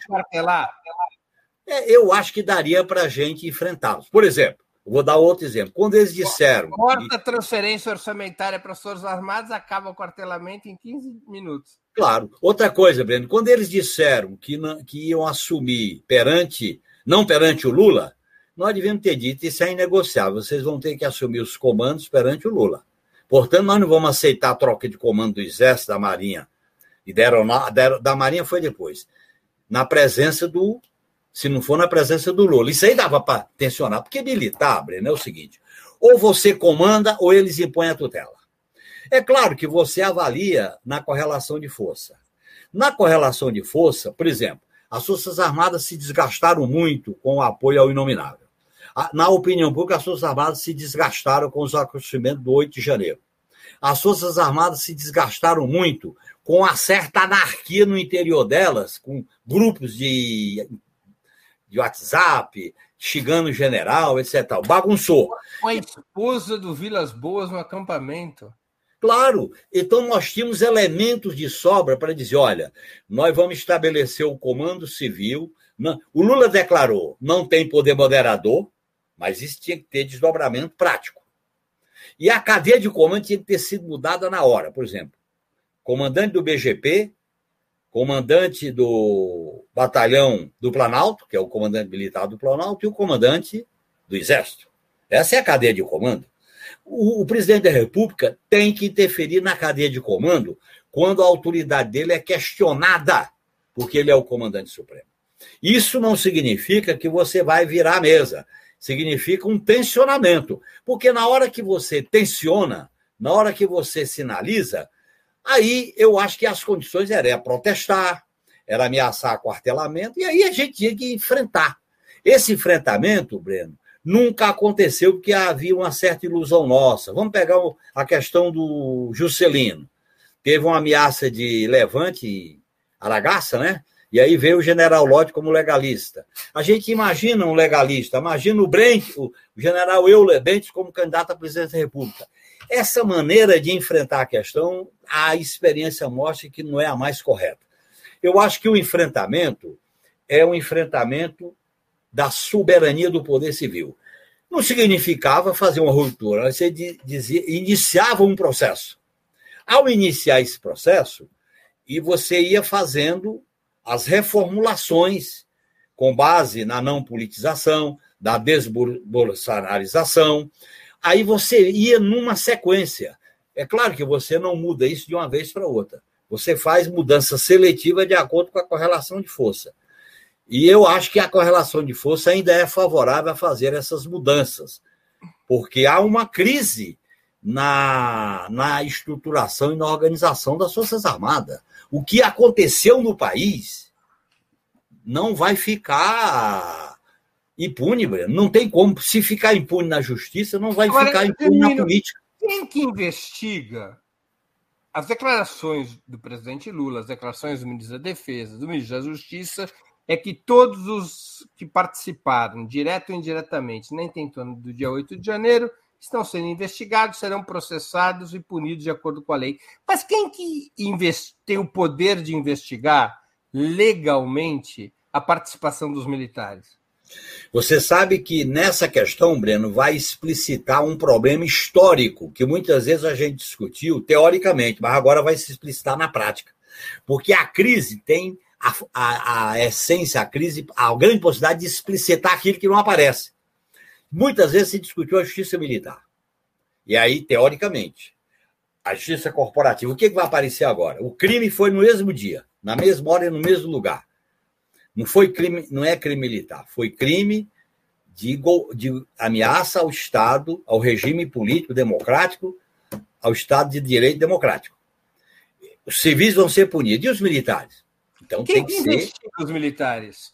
eu acho que daria para a gente enfrentá-los. Por exemplo, vou dar outro exemplo. Quando eles disseram... Corta a transferência orçamentária para as Forças Armadas, acaba o quartelamento em 15 minutos. Claro. Outra coisa, Breno, quando eles disseram que iam assumir não perante o Lula, nós devíamos ter dito isso é inegociável. Vocês vão ter que assumir os comandos perante o Lula. Portanto, nós não vamos aceitar a troca de comando do Exército, da Marinha e da Marinha foi depois. Na presença se não for na presença do Lula. Isso aí dava para tensionar, porque militar, Breno, é o seguinte, ou você comanda ou eles impõem a tutela. É claro que você avalia na correlação de força. Na correlação de força, por exemplo, as Forças Armadas se desgastaram muito com o apoio ao inominável. Na opinião pública, as Forças Armadas se desgastaram com os acontecimentos do 8 de janeiro. As Forças Armadas se desgastaram muito com uma certa anarquia no interior delas, com grupos de WhatsApp, xingando o general, etc. Bagunçou. Com a esposa do Vilas Boas no acampamento. Claro, então nós tínhamos elementos de sobra para dizer, olha, nós vamos estabelecer o comando civil. O Lula declarou, não tem poder moderador, mas isso tinha que ter desdobramento prático. E a cadeia de comando tinha que ter sido mudada na hora. Por exemplo, comandante do BGP, comandante do batalhão do Planalto, que é o comandante militar do Planalto, e o comandante do Exército. Essa é a cadeia de comando. O presidente da República tem que interferir na cadeia de comando quando a autoridade dele é questionada, porque ele é o comandante supremo. Isso não significa que você vai virar a mesa. Significa um tensionamento. Porque na hora que você tensiona, na hora que você sinaliza, aí eu acho que as condições eram protestar, era ameaçar quartelamento, e aí a gente tinha que enfrentar. Esse enfrentamento, Breno, nunca aconteceu porque havia uma certa ilusão nossa. Vamos pegar a questão do Juscelino. Teve uma ameaça de levante em Aragaça, né? E aí veio o general Lott como legalista. A gente imagina um legalista, imagina o general Euler Bentes como candidato à presidência da República. Essa maneira de enfrentar a questão, a experiência mostra que não é a mais correta. Eu acho que o enfrentamento é um enfrentamento da soberania do poder civil. Não significava fazer uma ruptura, você iniciava um processo. Ao iniciar esse processo, e você ia fazendo as reformulações com base na não politização, da desbolsonarização, aí você ia numa sequência. É claro que você não muda isso de uma vez para outra. Você faz mudança seletiva de acordo com a correlação de força. E eu acho que a correlação de força ainda é favorável a fazer essas mudanças, porque há uma crise na estruturação e na organização das Forças Armadas. O que aconteceu no país não vai ficar impune, Breno. Não tem como. Se ficar impune na justiça, não vai ficar impune na política. Quem que investiga as declarações do presidente Lula, as declarações do ministro da Defesa, do ministro da Justiça, é que todos os que participaram, direto ou indiretamente, na intentona do dia 8 de janeiro, estão sendo investigados, serão processados e punidos de acordo com a lei. Mas quem que tem o poder de investigar legalmente a participação dos militares? Você sabe que nessa questão, Breno, vai explicitar um problema histórico que muitas vezes a gente discutiu teoricamente, mas agora vai se explicitar na prática. Porque a crise tem a essência, a crise, a grande possibilidade de explicitar aquilo que não aparece. Muitas vezes se discutiu a justiça militar. E aí, teoricamente, a justiça corporativa, o que vai aparecer agora? O crime foi no mesmo dia, na mesma hora e no mesmo lugar. Não foi crime, não é crime militar, foi crime de ameaça ao Estado, ao regime político democrático, ao Estado de direito democrático. Os civis vão ser punidos. E os militares? Então quem tem que investiga os militares?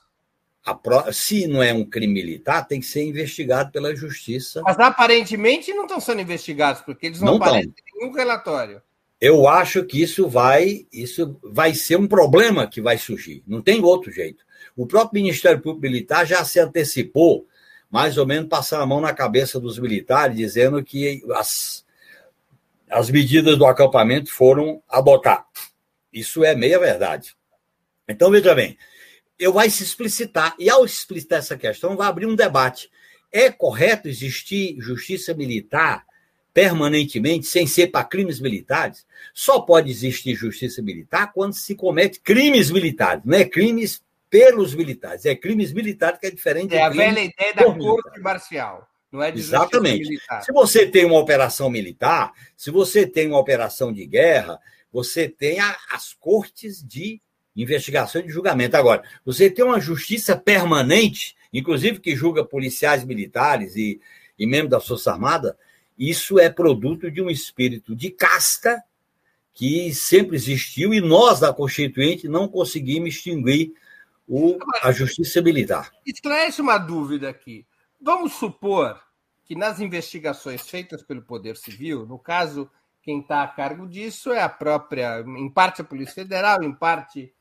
Se não é um crime militar, tem que ser investigado pela justiça. Mas aparentemente não estão sendo investigados, porque eles não aparecem em nenhum relatório. Eu acho que isso vai ser um problema que vai surgir. Não tem outro jeito. O próprio Ministério Público Militar já se antecipou, mais ou menos passando a mão na cabeça dos militares, dizendo que as medidas do acampamento foram adotadas. Isso é meia verdade. Então, veja bem, vai se explicitar, e ao explicitar essa questão, vai abrir um debate. É correto existir justiça militar permanentemente, sem ser para crimes militares? Só pode existir justiça militar quando se comete crimes militares, não é crimes pelos militares, é crimes militares, que é diferente. É a velha ideia da corte marcial, não é de exatamente. Justiça militar. Se você tem uma operação militar, se você tem uma operação de guerra, você tem as cortes de investigação e de julgamento. Agora, você tem uma justiça permanente, inclusive que julga policiais militares e membros das Forças Armadas, isso é produto de um espírito de casta que sempre existiu e nós, da Constituinte, não conseguimos extinguir a justiça militar. Esclarece uma dúvida aqui. Vamos supor que nas investigações feitas pelo Poder Civil, no caso, quem está a cargo disso é a própria, em parte a Polícia Federal, em parte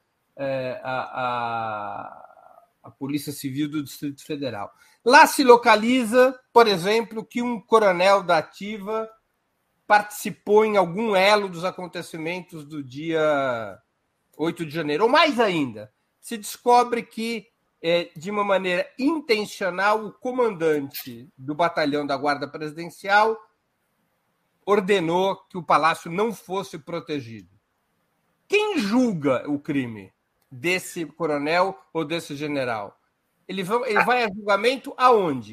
a Polícia Civil do Distrito Federal. Lá se localiza, por exemplo, que um coronel da ativa participou em algum elo dos acontecimentos do dia 8 de janeiro, ou mais ainda, se descobre que, de uma maneira intencional, o comandante do batalhão da Guarda Presidencial ordenou que o palácio não fosse protegido. Quem julga o crime desse coronel ou desse general? Ele vai a julgamento aonde?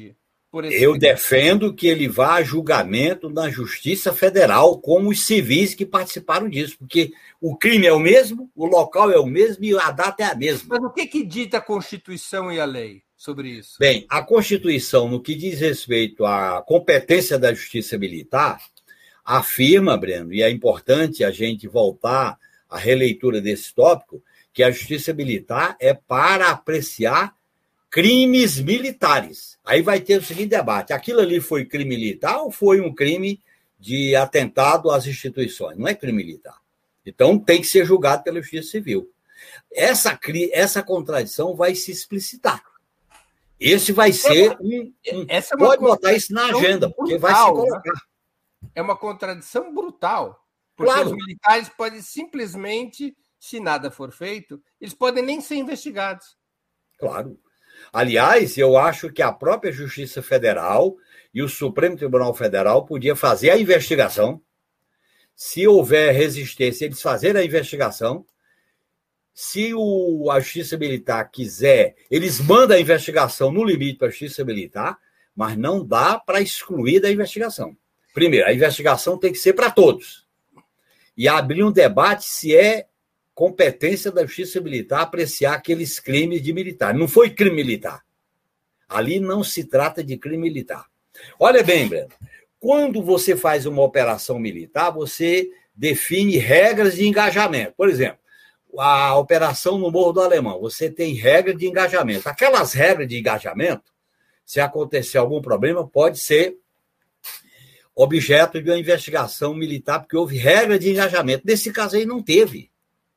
por esse Eu crime? defendo que ele vá a julgamento na Justiça Federal, como os civis que participaram disso, porque o crime é o mesmo, o local é o mesmo e a data é a mesma. Mas o que dita a Constituição e a lei sobre isso? Bem, a Constituição, no que diz respeito à competência da Justiça Militar, afirma, Breno, e é importante a gente voltar à releitura desse tópico, que a Justiça Militar é para apreciar crimes militares. Aí vai ter o seguinte debate: aquilo ali foi crime militar ou foi um crime de atentado às instituições? Não é crime militar. Então tem que ser julgado pela Justiça Civil. Essa contradição vai se explicitar. Esse vai ser pode botar isso na agenda, porque vai se colocar. É uma contradição brutal. Porque Claro. os militares podem simplesmente, se nada for feito, eles podem nem ser investigados. Claro. Aliás, eu acho que a própria Justiça Federal e o Supremo Tribunal Federal podiam fazer a investigação. Se houver resistência, eles fazerem a investigação. Se a Justiça Militar quiser, eles mandam a investigação no limite para a Justiça Militar, mas não dá para excluir da investigação. Primeiro, a investigação tem que ser para todos. E abrir um debate se é competência da Justiça Militar apreciar aqueles crimes de militar. Não foi crime militar. Ali não se trata de crime militar. Olha bem, Breno, quando você faz uma operação militar, você define regras de engajamento. Por exemplo, a operação no Morro do Alemão, você tem regras de engajamento. Aquelas regras de engajamento, se acontecer algum problema, pode ser objeto de uma investigação militar, porque houve regra de engajamento. Nesse caso aí não teve.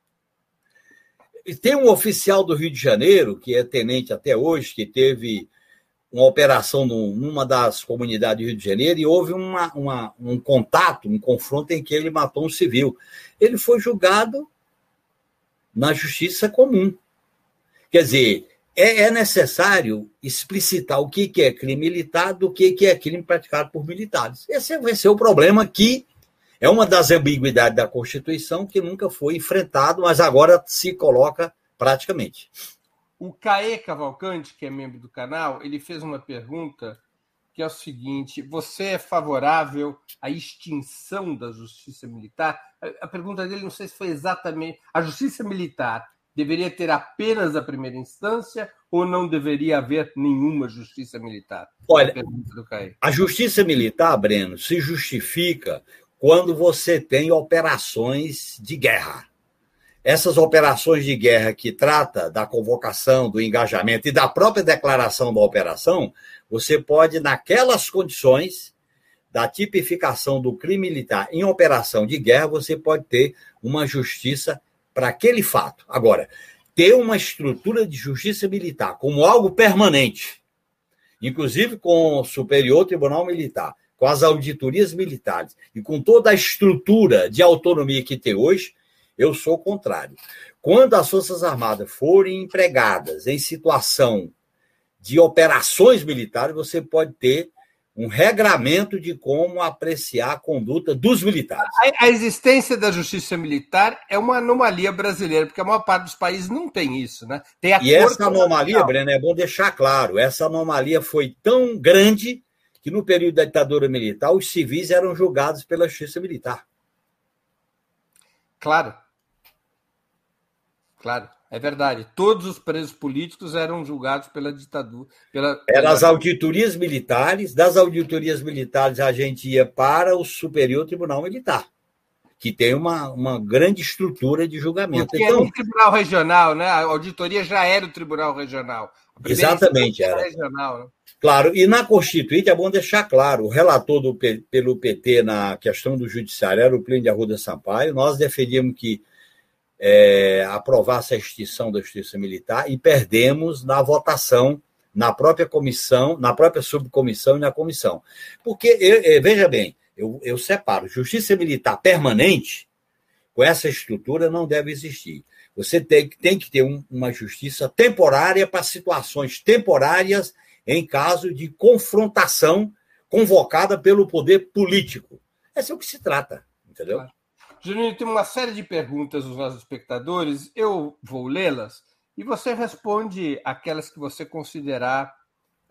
E tem um oficial do Rio de Janeiro, que é tenente até hoje, que teve uma operação numa das comunidades do Rio de Janeiro e houve um contato, um confronto em que ele matou um civil. Ele foi julgado na justiça comum. Quer dizer, é necessário explicitar o que é crime militar do que é crime praticado por militares. Esse vai ser o problema que é uma das ambiguidades da Constituição que nunca foi enfrentado, mas agora se coloca praticamente. O Caê Cavalcante, que é membro do canal, ele fez uma pergunta que é o seguinte: você é favorável à extinção da justiça militar? A pergunta dele, não sei se foi exatamente... A justiça militar deveria ter apenas a primeira instância ou não deveria haver nenhuma justiça militar? Olha, a pergunta do Caê. A justiça militar, Breno, se justifica quando você tem operações de guerra. Essas operações de guerra que trata da convocação, do engajamento e da própria declaração da operação, você pode, naquelas condições da tipificação do crime militar em operação de guerra, você pode ter uma justiça para aquele fato. Agora, ter uma estrutura de justiça militar como algo permanente, inclusive com o Superior Tribunal Militar, com as auditorias militares e com toda a estrutura de autonomia que tem hoje, eu sou contrário. Quando as Forças Armadas forem empregadas em situação de operações militares, você pode ter um regramento de como apreciar a conduta dos militares. A existência da justiça militar é uma anomalia brasileira, porque a maior parte dos países não tem isso, né? Tem e essa anomalia, Breno, é bom deixar claro, essa anomalia foi tão grande que no período da ditadura militar os civis eram julgados pela justiça militar. Claro. Claro, é verdade. Todos os presos políticos eram julgados pela ditadura. Eram as auditorias militares. Das auditorias militares, a gente ia para o Superior Tribunal Militar, que tem uma grande estrutura de julgamento. Porque então, era um tribunal regional, né? A auditoria já era o tribunal regional. Exatamente, era. Regional, né? Claro, e na Constituinte é bom deixar claro, o relator pelo PT na questão do judiciário era o Plínio de Arruda Sampaio. Nós defendíamos que aprovasse a extinção da justiça militar e perdemos na votação na própria comissão, na própria subcomissão e na comissão. Porque, veja bem, eu separo, justiça militar permanente, com essa estrutura, não deve existir. Você tem que ter uma justiça temporária para situações temporárias em caso de confrontação convocada pelo poder político. Esse é o que se trata, entendeu? Claro. Juninho, tem uma série de perguntas dos nossos espectadores, eu vou lê-las e você responde aquelas que você considerar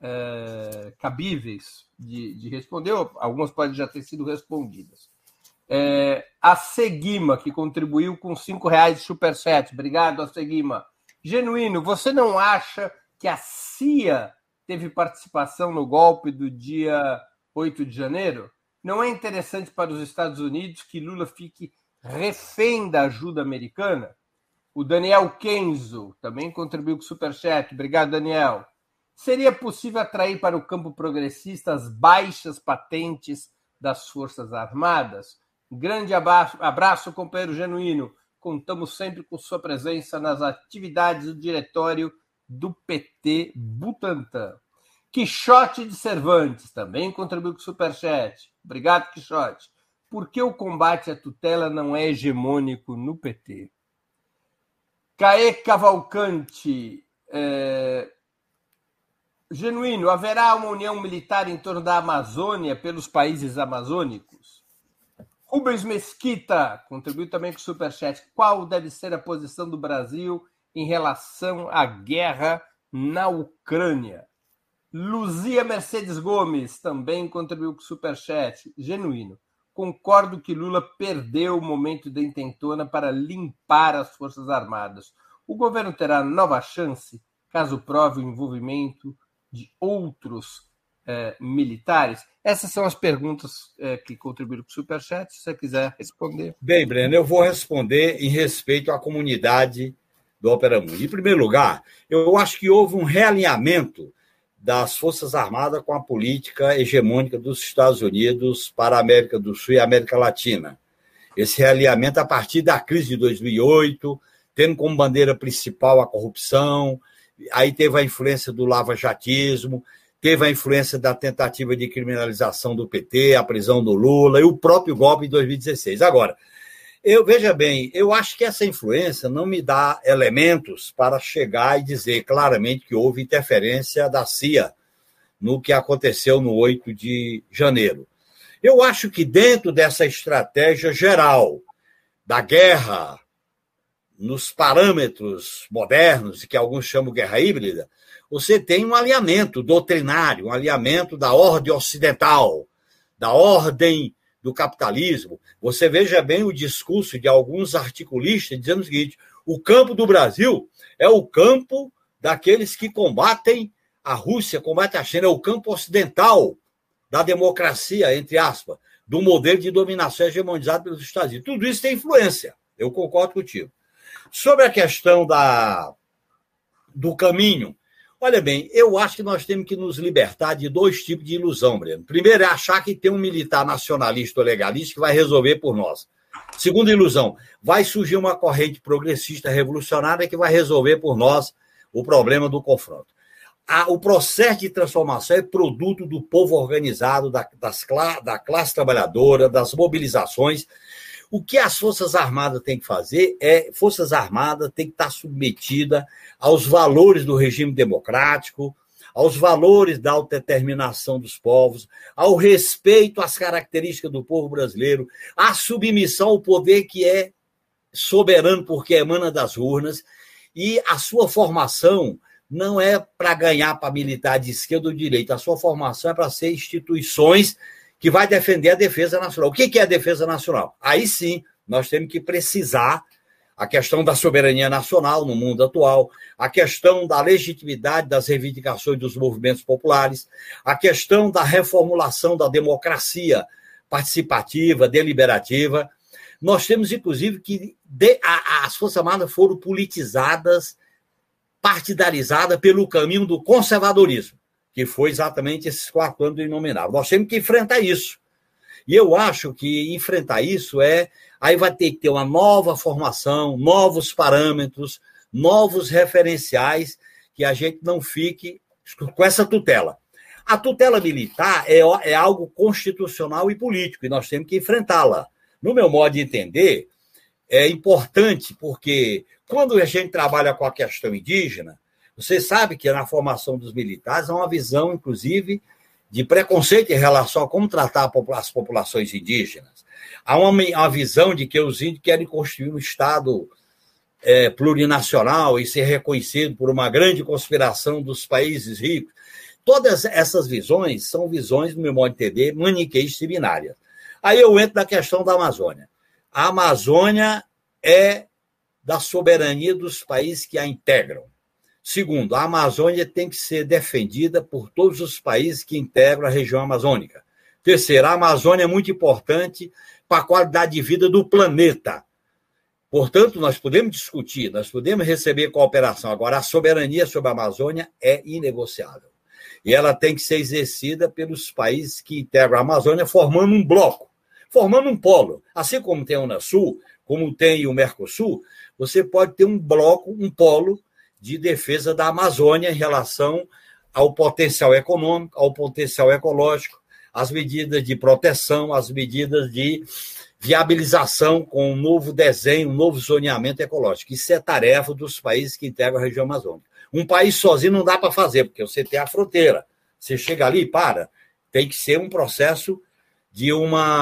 cabíveis de responder, algumas podem já ter sido respondidas. A Seguima, que contribuiu com R$5 de superchat. Obrigado, a Seguima. Genuíno, você não acha que a CIA teve participação no golpe do dia 8 de janeiro? Não é interessante para os Estados Unidos que Lula fique refém da ajuda americana? O Daniel Kenzo também contribuiu com o superchat. Obrigado, Daniel. Seria possível atrair para o campo progressista as baixas patentes das Forças Armadas? Grande abraço, companheiro Genuíno. Contamos sempre com sua presença nas atividades do diretório do PT Butantã. Quixote de Cervantes também contribuiu com o superchat. Obrigado, Quixote. Por que o combate à tutela não é hegemônico no PT? Caê Cavalcante. Genuíno, haverá uma união militar em torno da Amazônia pelos países amazônicos? Rubens Mesquita contribuiu também com o superchat. Qual deve ser a posição do Brasil em relação à guerra na Ucrânia? Luzia Mercedes Gomes também contribuiu com o superchat. Genuíno, concordo que Lula perdeu o momento da intentona para limpar as Forças Armadas. O governo terá nova chance caso prove o envolvimento de outros militares? Essas são as perguntas que contribuíram com o superchat, se você quiser responder. Bem, Breno, eu vou responder em respeito à comunidade do Opera Mundi. Em primeiro lugar, eu acho que houve um realinhamento das Forças Armadas com a política hegemônica dos Estados Unidos para a América do Sul e a América Latina. Esse realinhamento a partir da crise de 2008, tendo como bandeira principal a corrupção, aí teve a influência do lava-jatismo, teve a influência da tentativa de criminalização do PT, a prisão do Lula e o próprio golpe de 2016. Agora, veja bem, eu acho que essa influência não me dá elementos para chegar e dizer claramente que houve interferência da CIA no que aconteceu no 8 de janeiro. Eu acho que dentro dessa estratégia geral da guerra, nos parâmetros modernos, que alguns chamam de guerra híbrida, você tem um alinhamento doutrinário, um alinhamento da ordem ocidental, da ordem do capitalismo. Você veja bem o discurso de alguns articulistas dizendo o seguinte: o campo do Brasil é o campo daqueles que combatem a Rússia, combatem a China, é o campo ocidental da democracia, entre aspas, do modelo de dominação hegemonizado pelos Estados Unidos. Tudo isso tem influência, eu concordo contigo. Sobre a questão do caminho, olha bem, eu acho que nós temos que nos libertar de dois tipos de ilusão, Breno. Primeiro é achar que tem um militar nacionalista ou legalista que vai resolver por nós. Segunda ilusão, vai surgir uma corrente progressista revolucionária que vai resolver por nós o problema do confronto. O processo de transformação é produto do povo organizado, da classe trabalhadora, das mobilizações. O que as Forças Armadas têm que fazer Forças Armadas têm que estar submetidas aos valores do regime democrático, aos valores da autodeterminação dos povos, ao respeito às características do povo brasileiro, à submissão ao poder que é soberano porque emana das urnas, e a sua formação não é para ganhar para militar de esquerda ou de direita, a sua formação é para ser instituições que vai defender a defesa nacional. O que é a defesa nacional? Aí sim, nós temos que precisar a questão da soberania nacional no mundo atual, a questão da legitimidade das reivindicações dos movimentos populares, a questão da reformulação da democracia participativa, deliberativa. Nós temos, inclusive, que as Forças Armadas foram politizadas, partidarizadas pelo caminho do conservadorismo, que foi exatamente esses 4 anos do inominável. Nós temos que enfrentar isso. E eu acho que enfrentar isso aí vai ter que ter uma nova formação, novos parâmetros, novos referenciais, que a gente não fique com essa tutela. A tutela militar é algo constitucional e político, e nós temos que enfrentá-la. No meu modo de entender, é importante, porque quando a gente trabalha com a questão indígena, você sabe que na formação dos militares há uma visão, inclusive, de preconceito em relação a como tratar as populações indígenas. Há uma visão de que os índios querem construir um Estado plurinacional e ser reconhecido por uma grande conspiração dos países ricos. todas essas visões são visões, no meu modo de entender, maniqueístas e binárias. Aí eu entro na questão da Amazônia. A Amazônia é da soberania dos países que a integram. Segundo, a Amazônia tem que ser defendida por todos os países que integram a região amazônica. Terceiro, a Amazônia é muito importante para a qualidade de vida do planeta. Portanto, nós podemos discutir, nós podemos receber cooperação. Agora, a soberania sobre a Amazônia é inegociável. E ela tem que ser exercida pelos países que integram a Amazônia, formando um bloco, formando um polo. Assim como tem a Unasul, como tem o Mercosul, você pode ter um bloco, um polo de defesa da Amazônia em relação ao potencial econômico, ao potencial ecológico, às medidas de proteção, às medidas de viabilização com um novo desenho, um novo zoneamento ecológico. Isso é tarefa dos países que integram a região amazônica. Um país sozinho não dá para fazer, porque você tem a fronteira. Você chega ali e para. Tem que ser um processo de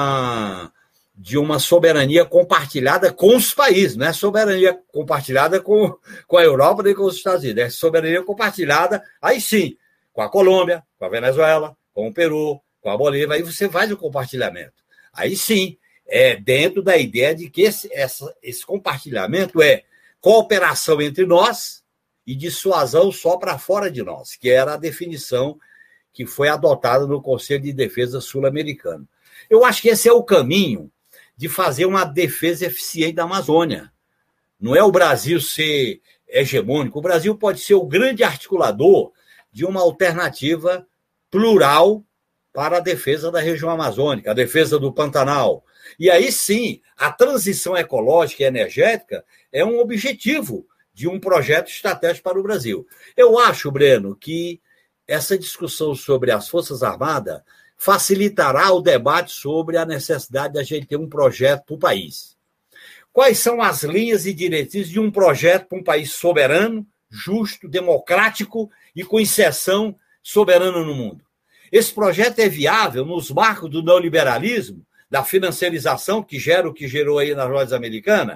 uma soberania compartilhada com os países. Não é soberania compartilhada com a Europa nem com os Estados Unidos. É soberania compartilhada, aí sim, com a Colômbia, com a Venezuela, com o Peru, com a Bolívia. Aí você faz o compartilhamento. Aí sim, é dentro da ideia de que esse compartilhamento é cooperação entre nós e dissuasão só para fora de nós, que era a definição que foi adotada no Conselho de Defesa Sul-Americano. Eu acho que esse é o caminho de fazer uma defesa eficiente da Amazônia. Não é o Brasil ser hegemônico. O Brasil pode ser o grande articulador de uma alternativa plural para a defesa da região amazônica, a defesa do Pantanal. E aí sim, a transição ecológica e energética é um objetivo de um projeto estratégico para o Brasil. Eu acho, Breno, que essa discussão sobre as Forças Armadas facilitará o debate sobre a necessidade de a gente ter um projeto para o país. Quais são as linhas e diretrizes de um projeto para um país soberano, justo, democrático e com inserção soberana no mundo? Esse projeto é viável nos marcos do neoliberalismo, da financiarização que gera o que gerou aí nas lojas americanas?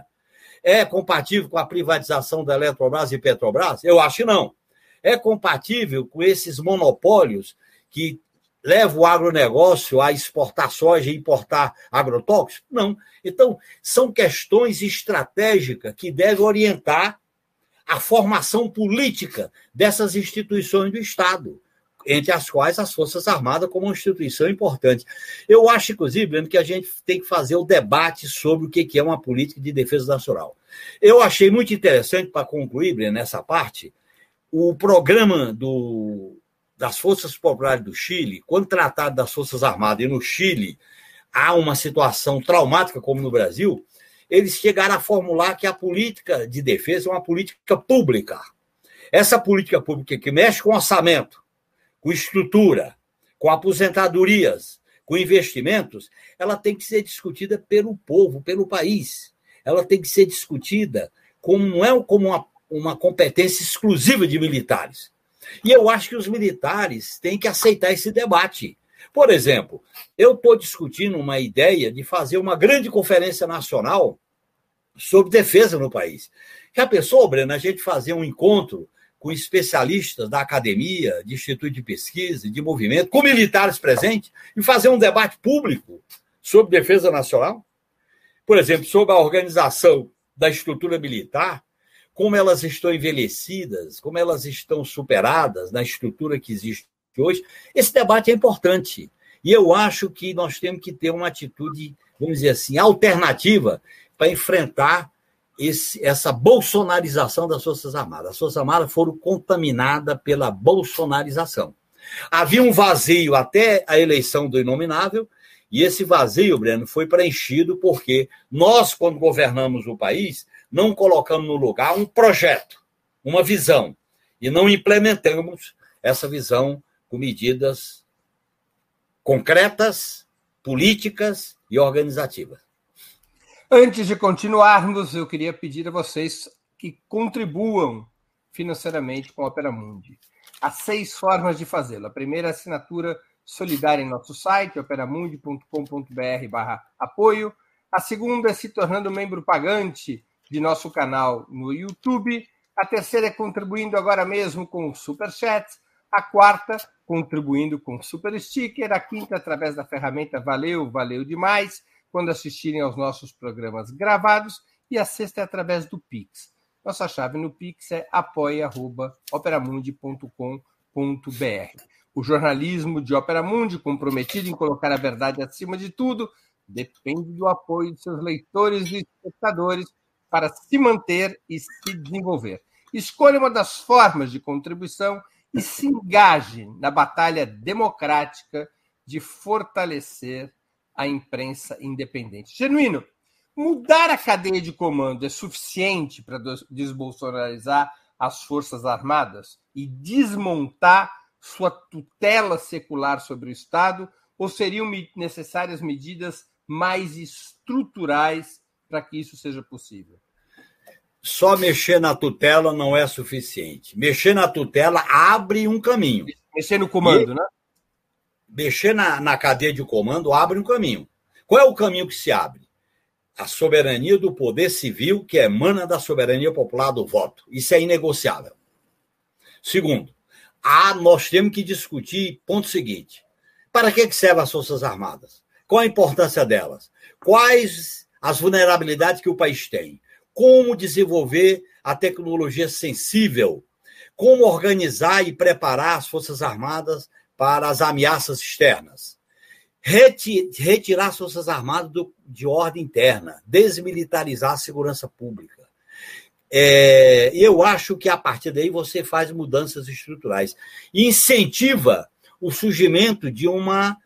É compatível com a privatização da Eletrobras e Petrobras? Eu acho que não. É compatível com esses monopólios que levam o agronegócio a exportar soja e importar agrotóxicos? Não. Então, são questões estratégicas que devem orientar a formação política dessas instituições do Estado, entre as quais as Forças Armadas como uma instituição importante. Eu acho, inclusive, Breno, que a gente tem que fazer o debate sobre o que é uma política de defesa nacional. Eu achei muito interessante, para concluir, Breno, nessa parte, o programa das Forças Populares do Chile, quando tratado das Forças Armadas, e no Chile há uma situação traumática como no Brasil, eles chegaram a formular que a política de defesa é uma política pública. Essa política pública que mexe com orçamento, com estrutura, com aposentadorias, com investimentos, ela tem que ser discutida pelo povo, pelo país. Ela tem que ser discutida não é como uma competência exclusiva de militares. E eu acho que os militares têm que aceitar esse debate. Por exemplo, eu estou discutindo uma ideia de fazer uma grande conferência nacional sobre defesa no país. Já pensou, Breno, a gente fazer um encontro com especialistas da academia, de instituto de pesquisa, de movimento, com militares presentes, e fazer um debate público sobre defesa nacional? Por exemplo, sobre a organização da estrutura militar, como elas estão envelhecidas, como elas estão superadas na estrutura que existe hoje. Esse debate é importante. E eu acho que nós temos que ter uma atitude, vamos dizer assim, alternativa para enfrentar essa bolsonarização das Forças Armadas. As Forças Armadas foram contaminadas pela bolsonarização. Havia um vazio até a eleição do inominável, e esse vazio, Breno, foi preenchido porque nós, quando governamos o país, não colocamos no lugar um projeto, uma visão, e não implementamos essa visão com medidas concretas, políticas e organizativas. Antes de continuarmos, eu queria pedir a vocês que contribuam financeiramente com a Opera Mundi. Há 6 formas de fazê-lo. A primeira é a assinatura solidária em nosso site, operamundi.com.br/apoio. A segunda é se tornando membro pagante de nosso canal no YouTube. A terceira é contribuindo agora mesmo com o Superchat. A quarta, contribuindo com Super Sticker. A quinta, através da ferramenta Valeu, valeu demais, quando assistirem aos nossos programas gravados. E a sexta é através do Pix. Nossa chave no Pix é apoia@operamundi.com.br. O jornalismo de Ópera Mundi, comprometido em colocar a verdade acima de tudo, depende do apoio de seus leitores e espectadores para se manter e se desenvolver. Escolha uma das formas de contribuição e se engaje na batalha democrática de fortalecer a imprensa independente. Genuíno, mudar a cadeia de comando é suficiente para desbolsonarizar as Forças Armadas e desmontar sua tutela secular sobre o Estado, ou seriam necessárias medidas mais estruturais para que isso seja possível? Só mexer na tutela não é suficiente. Mexer na tutela abre um caminho. Mexer no comando, né? Mexer na cadeia de comando abre um caminho. Qual é o caminho que se abre? A soberania do poder civil, que emana da soberania popular do voto. Isso é inegociável. Segundo, nós temos que discutir ponto seguinte. Para que servem as Forças Armadas? Qual a importância delas? Quais as vulnerabilidades que o país tem? Como desenvolver a tecnologia sensível? Como organizar e preparar as Forças Armadas para as ameaças externas? Retirar as Forças Armadas de ordem interna, desmilitarizar a segurança pública. Eu acho que a partir daí você faz mudanças estruturais e incentiva o surgimento de um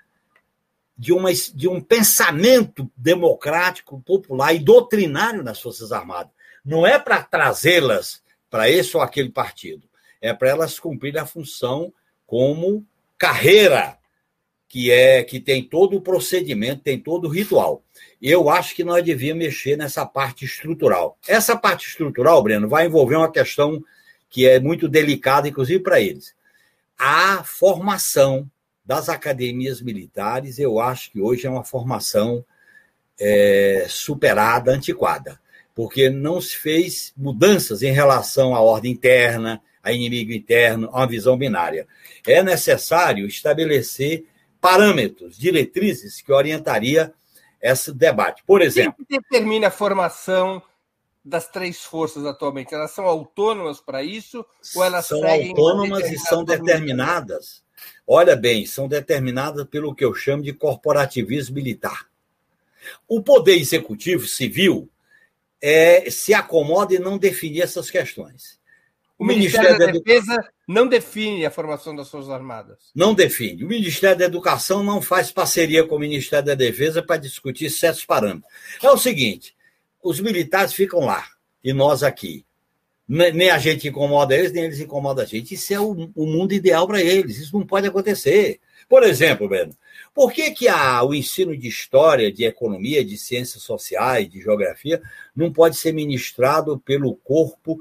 pensamento democrático, popular e doutrinário nas Forças Armadas. Não é para trazê-las para esse ou aquele partido, é para elas cumprirem a função como carreira, que tem todo o procedimento, tem todo o ritual. Eu acho que nós devíamos mexer nessa parte estrutural. Essa parte estrutural, Breno, vai envolver uma questão que é muito delicada, inclusive para eles. A formação das academias militares, eu acho que hoje é uma formação superada, antiquada, porque não se fez mudanças em relação à ordem interna, a inimigo interno, a uma visão binária. É necessário estabelecer parâmetros, diretrizes que orientaria esse debate. Por exemplo... Quem determina a formação das três forças atualmente? Elas são autônomas para isso? Ou elas são seguem autônomas e são determinadas? Olha bem, são determinadas pelo que eu chamo de corporativismo militar. O poder executivo civil se acomoda em não definir essas questões. O Ministério da Defesa não define a formação das Forças Armadas. Não define. O Ministério da Educação não faz parceria com o Ministério da Defesa para discutir certos parâmetros. É o seguinte, os militares ficam lá e nós aqui. Nem a gente incomoda eles, nem eles incomodam a gente. Isso é o mundo ideal para eles. Isso não pode acontecer. Por exemplo, Breno, por que o ensino de história, de economia, de ciências sociais, de geografia, não pode ser ministrado pelo corpo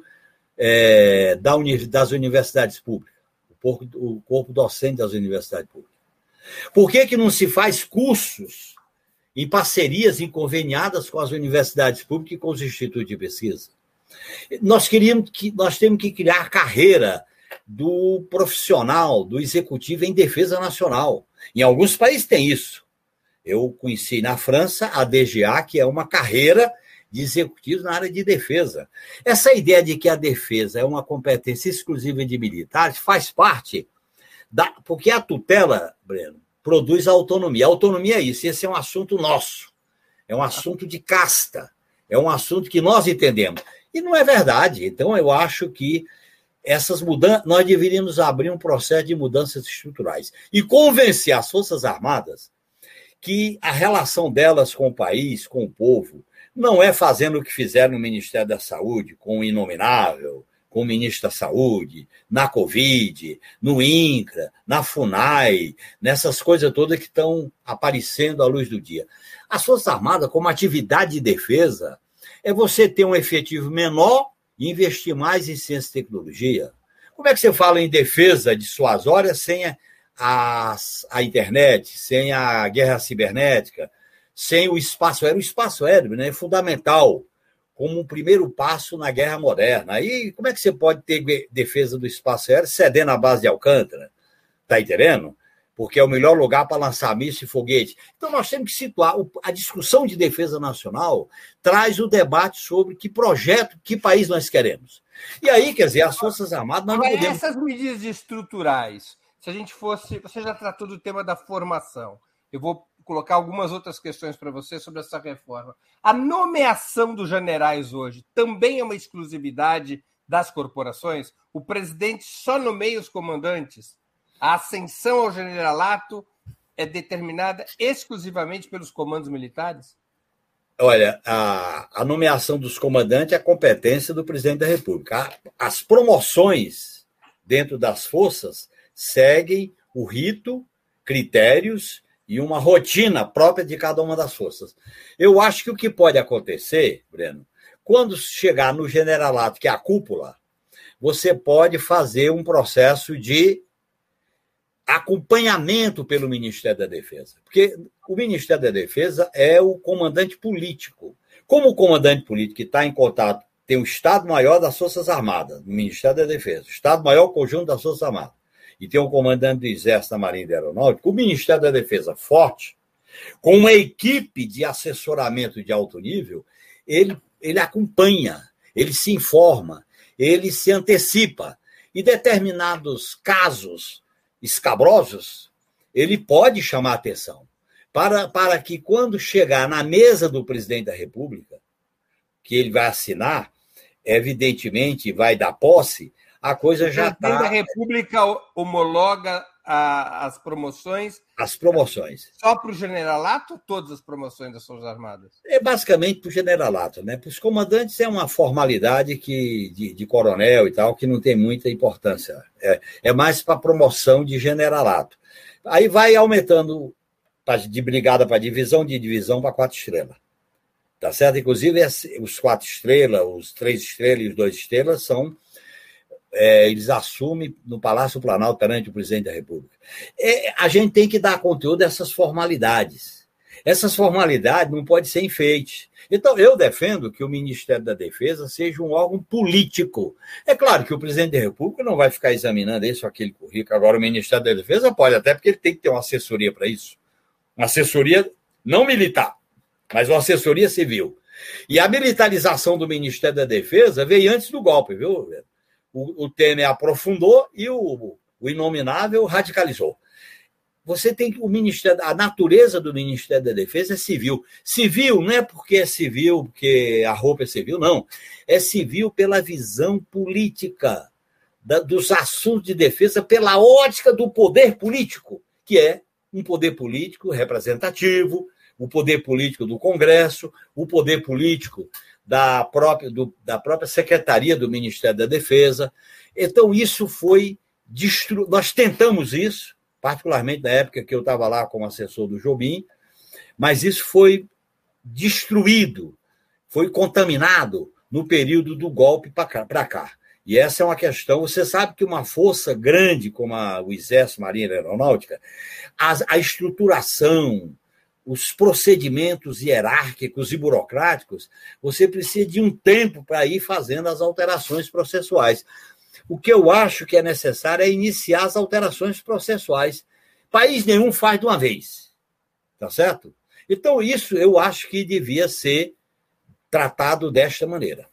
das universidades públicas, o corpo docente das universidades públicas? Por que não se faz cursos em parcerias inconveniadas com as universidades públicas e com os institutos de pesquisa? Nós temos que criar a carreira do profissional, do executivo em defesa nacional. Em alguns países tem isso. Eu conheci na França a DGA, que é uma carreira de executivos na área de defesa. Essa ideia de que a defesa é uma competência exclusiva de militares faz parte porque a tutela, Breno, produz a autonomia. A autonomia é isso, esse é um assunto nosso, é um assunto de casta, é um assunto que nós entendemos. E não é verdade. Então, eu acho que essas mudanças, nós deveríamos abrir um processo de mudanças estruturais e convencer as Forças Armadas que a relação delas com o país, com o povo, não é fazendo o que fizeram no Ministério da Saúde, com o Inominável, com o Ministro da Saúde, na Covid, no INCRA, na FUNAI, nessas coisas todas que estão aparecendo à luz do dia. As Forças Armadas, como atividade de defesa, é você ter um efetivo menor e investir mais em ciência e tecnologia. Como é que você fala em defesa dissuasória sem a internet, sem a guerra cibernética, sem o espaço aéreo? O espaço aéreo, né, é fundamental como um primeiro passo na guerra moderna. Aí, como é que você pode ter defesa do espaço aéreo cedendo à base de Alcântara? Está entendendo? Porque é o melhor lugar para lançar míssil e foguete. Então, nós temos que situar. A discussão de defesa nacional traz o debate sobre que projeto, que país nós queremos. E aí, quer dizer, as Forças Armadas, nós não podemos... Essas medidas estruturais, se a gente fosse... Você já tratou do tema da formação. Eu vou colocar algumas outras questões para você sobre essa reforma. A nomeação dos generais hoje também é uma exclusividade das corporações? O presidente só nomeia os comandantes? A ascensão ao generalato é determinada exclusivamente pelos comandos militares? Olha, a nomeação dos comandantes é a competência do presidente da República. As promoções dentro das forças seguem o rito, critérios e uma rotina própria de cada uma das forças. Eu acho que o que pode acontecer, Breno, quando chegar no generalato, que é a cúpula, você pode fazer um processo de acompanhamento pelo Ministério da Defesa. Porque o Ministério da Defesa é o comandante político. Como o comandante político está em contato, tem o Estado-Maior das Forças Armadas, no Ministério da Defesa, o Estado-Maior conjunto das Forças Armadas, e tem o comandante do Exército, da Marinha e da Aeronáutica, o Ministério da Defesa forte, com uma equipe de assessoramento de alto nível, ele acompanha, ele se informa, ele se antecipa. E determinados casos escabrosos, ele pode chamar atenção para que, quando chegar na mesa do presidente da República, que ele vai assinar, evidentemente vai dar posse, a coisa já está... O presidente da República homologa as promoções? As promoções. Só para o generalato ou todas as promoções das Forças Armadas? É basicamente para o generalato, né? Para os comandantes é uma formalidade de coronel e tal, que não tem muita importância. É mais para promoção de generalato. Aí vai aumentando de brigada para divisão, de divisão para 4 estrelas. Tá certo? Inclusive, os 4 estrelas, os 3 estrelas e os 2 estrelas são... eles assumem no Palácio Planalto perante o presidente da República. A gente tem que dar conteúdo a essas formalidades. Essas formalidades não podem ser enfeites. Então, eu defendo que o Ministério da Defesa seja um órgão político. É claro que o presidente da República não vai ficar examinando esse ou aquele currículo. Agora, o Ministério da Defesa pode, até porque ele tem que ter uma assessoria para isso. Uma assessoria não militar, mas uma assessoria civil. E a militarização do Ministério da Defesa veio antes do golpe, viu? O Temer aprofundou e o inominável radicalizou. Você tem que... a natureza do Ministério da Defesa é civil. Civil não é porque é civil, porque a roupa é civil, não. É civil pela visão política dos assuntos de defesa, pela ótica do poder político, que é um poder político representativo, o poder político do Congresso, o poder político da própria Secretaria do Ministério da Defesa. Então, isso foi destruído. Nós tentamos isso, particularmente na época que eu estava lá como assessor do Jobim, mas isso foi destruído, foi contaminado no período do golpe para cá. E essa é uma questão. Você sabe que uma força grande como o Exército, Marinha e Aeronáutica, a estruturação, os procedimentos hierárquicos e burocráticos, você precisa de um tempo para ir fazendo as alterações processuais. O que eu acho que é necessário é iniciar as alterações processuais. País nenhum faz de uma vez, tá certo? Então, isso eu acho que devia ser tratado desta maneira.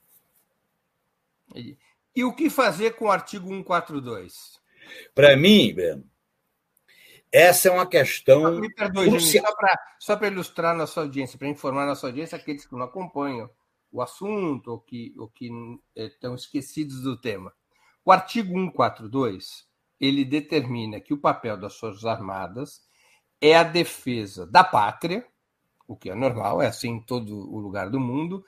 E o que fazer com o artigo 142? Para mim, Breno, essa é uma questão... Me perdoe, gente, só para ilustrar a nossa audiência, para informar a nossa audiência, aqueles que não acompanham o assunto ou que estão esquecidos do tema. O artigo 142, ele determina que o papel das Forças Armadas é a defesa da pátria, o que é normal, é assim em todo o lugar do mundo,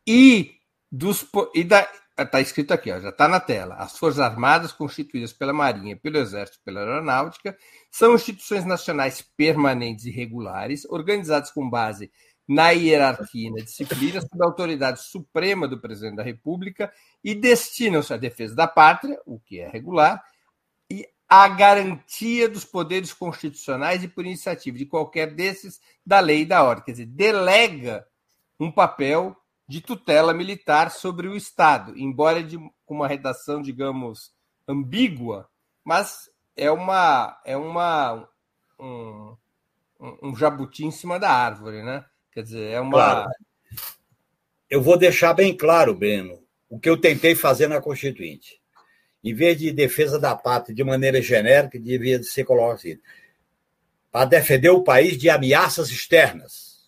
está escrito aqui, ó, já está na tela. As Forças Armadas, constituídas pela Marinha, pelo Exército e pela Aeronáutica, são instituições nacionais permanentes e regulares, organizadas com base na hierarquia e na disciplina, sob a autoridade suprema do Presidente da República, e destinam-se à defesa da pátria, o que é regular, e à garantia dos poderes constitucionais e, por iniciativa de qualquer desses, da lei e da ordem. Quer dizer, delega um papel de tutela militar sobre o Estado, embora com uma redação, digamos, ambígua, mas um jabuti em cima da árvore, né? Quer dizer, é uma... Claro. Eu vou deixar bem claro, Breno, o que eu tentei fazer na Constituinte. Em vez de defesa da pátria de maneira genérica, devia ser colocado assim, para defender o país de ameaças externas.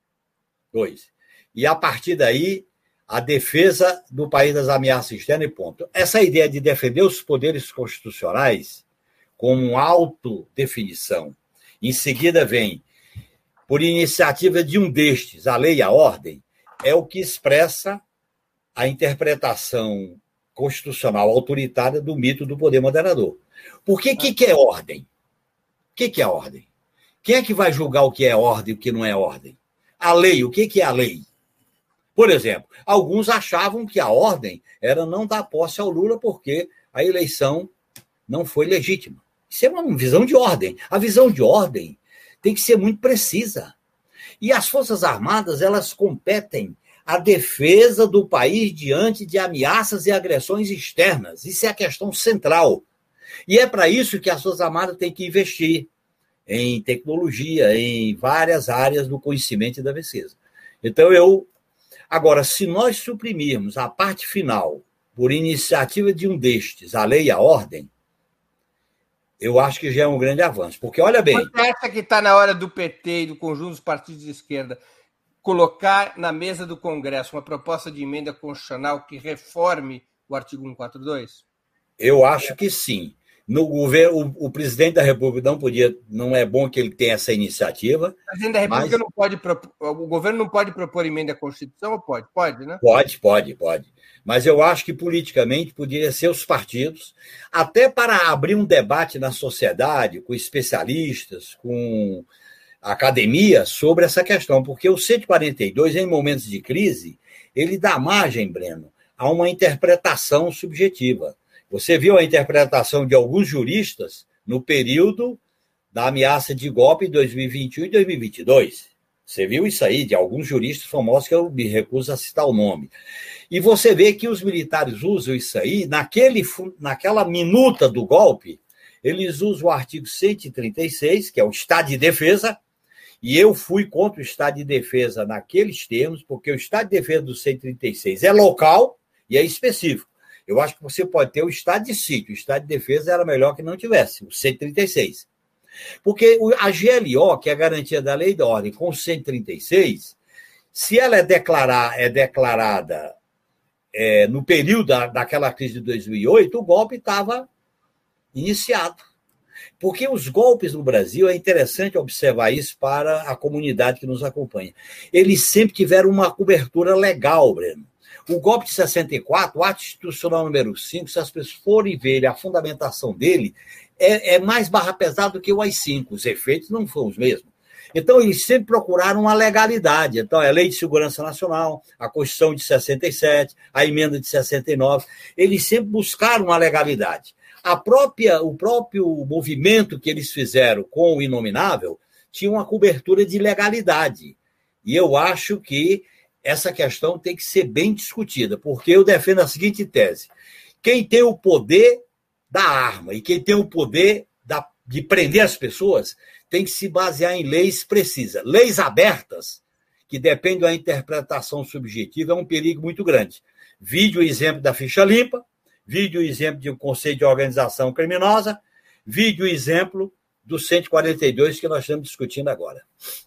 2. E, a partir daí, a defesa do país das ameaças externas e ponto. Essa ideia de defender os poderes constitucionais como autodefinição, em seguida vem, por iniciativa de um destes, a lei e a ordem, é o que expressa a interpretação constitucional autoritária do mito do poder moderador. Porque o que é ordem? O que é ordem? Quem é que vai julgar o que é ordem e o que não é ordem? A lei, o que é a lei? Por exemplo, alguns achavam que a ordem era não dar posse ao Lula porque a eleição não foi legítima. Isso é uma visão de ordem. A visão de ordem tem que ser muito precisa. E as Forças Armadas, elas competem a defesa do país diante de ameaças e agressões externas. Isso é a questão central. E é para isso que as Forças Armadas têm que investir em tecnologia, em várias áreas do conhecimento e da pesquisa. Então, agora, se nós suprimirmos a parte final, por iniciativa de um destes, a lei e a ordem, eu acho que já é um grande avanço. Porque, olha bem... Você acha que está na hora do PT e do conjunto dos partidos de esquerda colocar na mesa do Congresso uma proposta de emenda constitucional que reforme o artigo 142? Eu acho que sim. No governo, o presidente da República não é bom que ele tenha essa iniciativa. O presidente da República não pode o governo não pode propor emenda à Constituição ou pode? Pode, né? Pode. Mas eu acho que politicamente poderia ser os partidos, até para abrir um debate na sociedade, com especialistas, com a academia, sobre essa questão, porque o 142, em momentos de crise, ele dá margem, Breno, a uma interpretação subjetiva. Você viu a interpretação de alguns juristas no período da ameaça de golpe em 2021 e 2022. Você viu isso aí, de alguns juristas famosos que eu me recuso a citar o nome. E você vê que os militares usam isso aí, naquela minuta do golpe, eles usam o artigo 136, que é o estado de defesa, e eu fui contra o estado de defesa naqueles termos, porque o estado de defesa do 136 é local e é específico. Eu acho que você pode ter o estado de sítio, o estado de defesa era melhor que não tivesse, o 136. Porque a GLO, que é a garantia da lei e da ordem, com o 136, se ela é declarada no período daquela crise de 2008, o golpe estava iniciado. Porque os golpes no Brasil, é interessante observar isso para a comunidade que nos acompanha, eles sempre tiveram uma cobertura legal, Breno. O golpe de 64, o ato institucional número 5, se as pessoas forem ver a fundamentação dele, é mais barra pesada do que o AI-5. Os efeitos não foram os mesmos. Então, eles sempre procuraram uma legalidade. Então, a Lei de Segurança Nacional, a Constituição de 67, a Emenda de 69, eles sempre buscaram uma legalidade. O próprio movimento que eles fizeram com o Inominável tinha uma cobertura de legalidade. E eu acho que essa questão tem que ser bem discutida, porque eu defendo a seguinte tese: quem tem o poder da arma e quem tem o poder de prender as pessoas tem que se basear em leis precisas. Leis abertas, que dependem da interpretação subjetiva, é um perigo muito grande. Vide o exemplo da ficha limpa, vide o exemplo de um conceito de organização criminosa, vide o exemplo do 142 que nós estamos discutindo agora.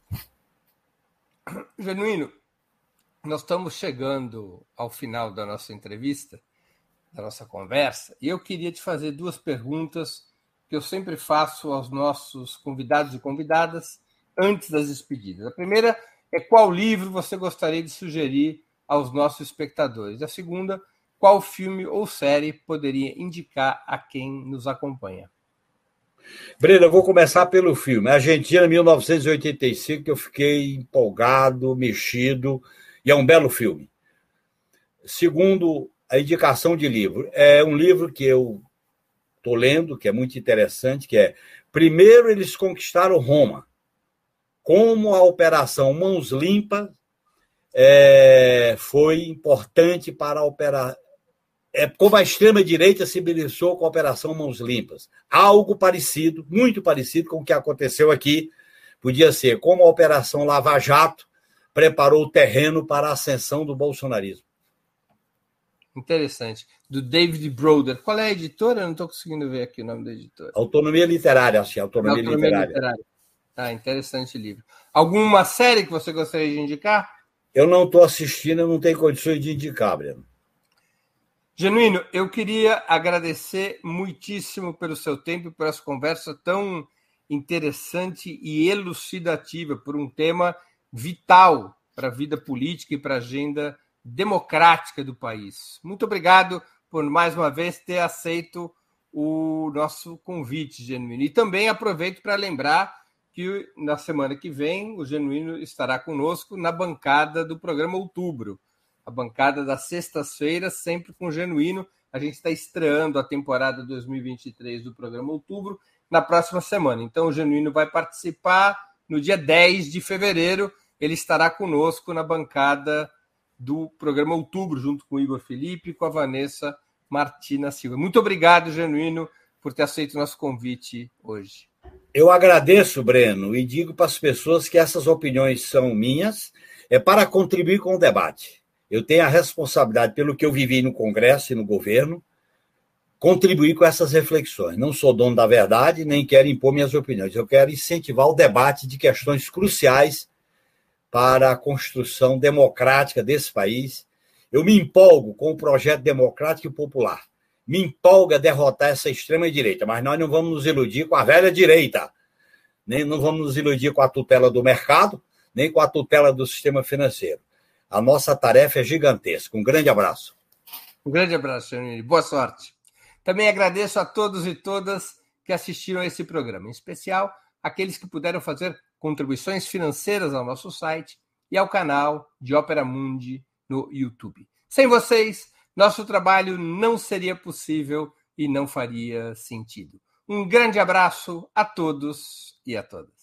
Genuíno, nós estamos chegando ao final da nossa entrevista, da nossa conversa, e eu queria te fazer duas perguntas que eu sempre faço aos nossos convidados e convidadas antes das despedidas. A primeira é: qual livro você gostaria de sugerir aos nossos espectadores? A segunda: qual filme ou série poderia indicar a quem nos acompanha? Breno, eu vou começar pelo filme Argentina, 1985, que eu fiquei empolgado, mexido, e é um belo filme. Segundo, a indicação de livro. É um livro que eu estou lendo, que é muito interessante, que é Primeiro Eles Conquistaram Roma. Como a Operação Mãos Limpas foi importante para como a extrema-direita se beneficiou com a Operação Mãos Limpas. Algo parecido, muito parecido com o que aconteceu aqui, podia ser como a Operação Lava Jato preparou o terreno para a ascensão do bolsonarismo. Interessante. Do David Broder. Qual é a editora? Eu não estou conseguindo ver aqui o nome da editora. Autonomia Literária, assim, Autonomia Literária. Interessante livro. Alguma série que você gostaria de indicar? Eu não estou assistindo, eu não tenho condições de indicar, Breno. Genuíno, eu queria agradecer muitíssimo pelo seu tempo e por essa conversa tão interessante e elucidativa por um tema vital para a vida política e para a agenda democrática do país. Muito obrigado por, mais uma vez, ter aceito o nosso convite, Genuíno. E também aproveito para lembrar que na semana que vem o Genuíno estará conosco na bancada do programa Outubro, a bancada das sextas-feiras, sempre com o Genuíno. A gente está estreando a temporada 2023 do programa Outubro na próxima semana. Então, o Genuíno vai participar no dia 10 de fevereiro. Ele estará conosco na bancada do programa Outubro, junto com o Igor Felipe e com a Vanessa Martina Silva. Muito obrigado, Genuíno, por ter aceito o nosso convite hoje. Eu agradeço, Breno, e digo para as pessoas que essas opiniões são minhas, para contribuir com o debate. Eu tenho a responsabilidade, pelo que eu vivi no Congresso e no governo, contribuir com essas reflexões. Não sou dono da verdade, nem quero impor minhas opiniões. Eu quero incentivar o debate de questões cruciais para a construção democrática desse país. Eu me empolgo com o projeto democrático e popular. Me empolga derrotar essa extrema-direita, mas nós não vamos nos iludir com a velha direita. Nem não vamos nos iludir com a tutela do mercado, nem com a tutela do sistema financeiro. A nossa tarefa é gigantesca. Um grande abraço. Um grande abraço, Genuíno. Boa sorte. Também agradeço a todos e todas que assistiram a esse programa, em especial aqueles que puderam fazer contribuições financeiras ao nosso site e ao canal de Ópera Mundi no YouTube. Sem vocês, nosso trabalho não seria possível e não faria sentido. Um grande abraço a todos e a todas.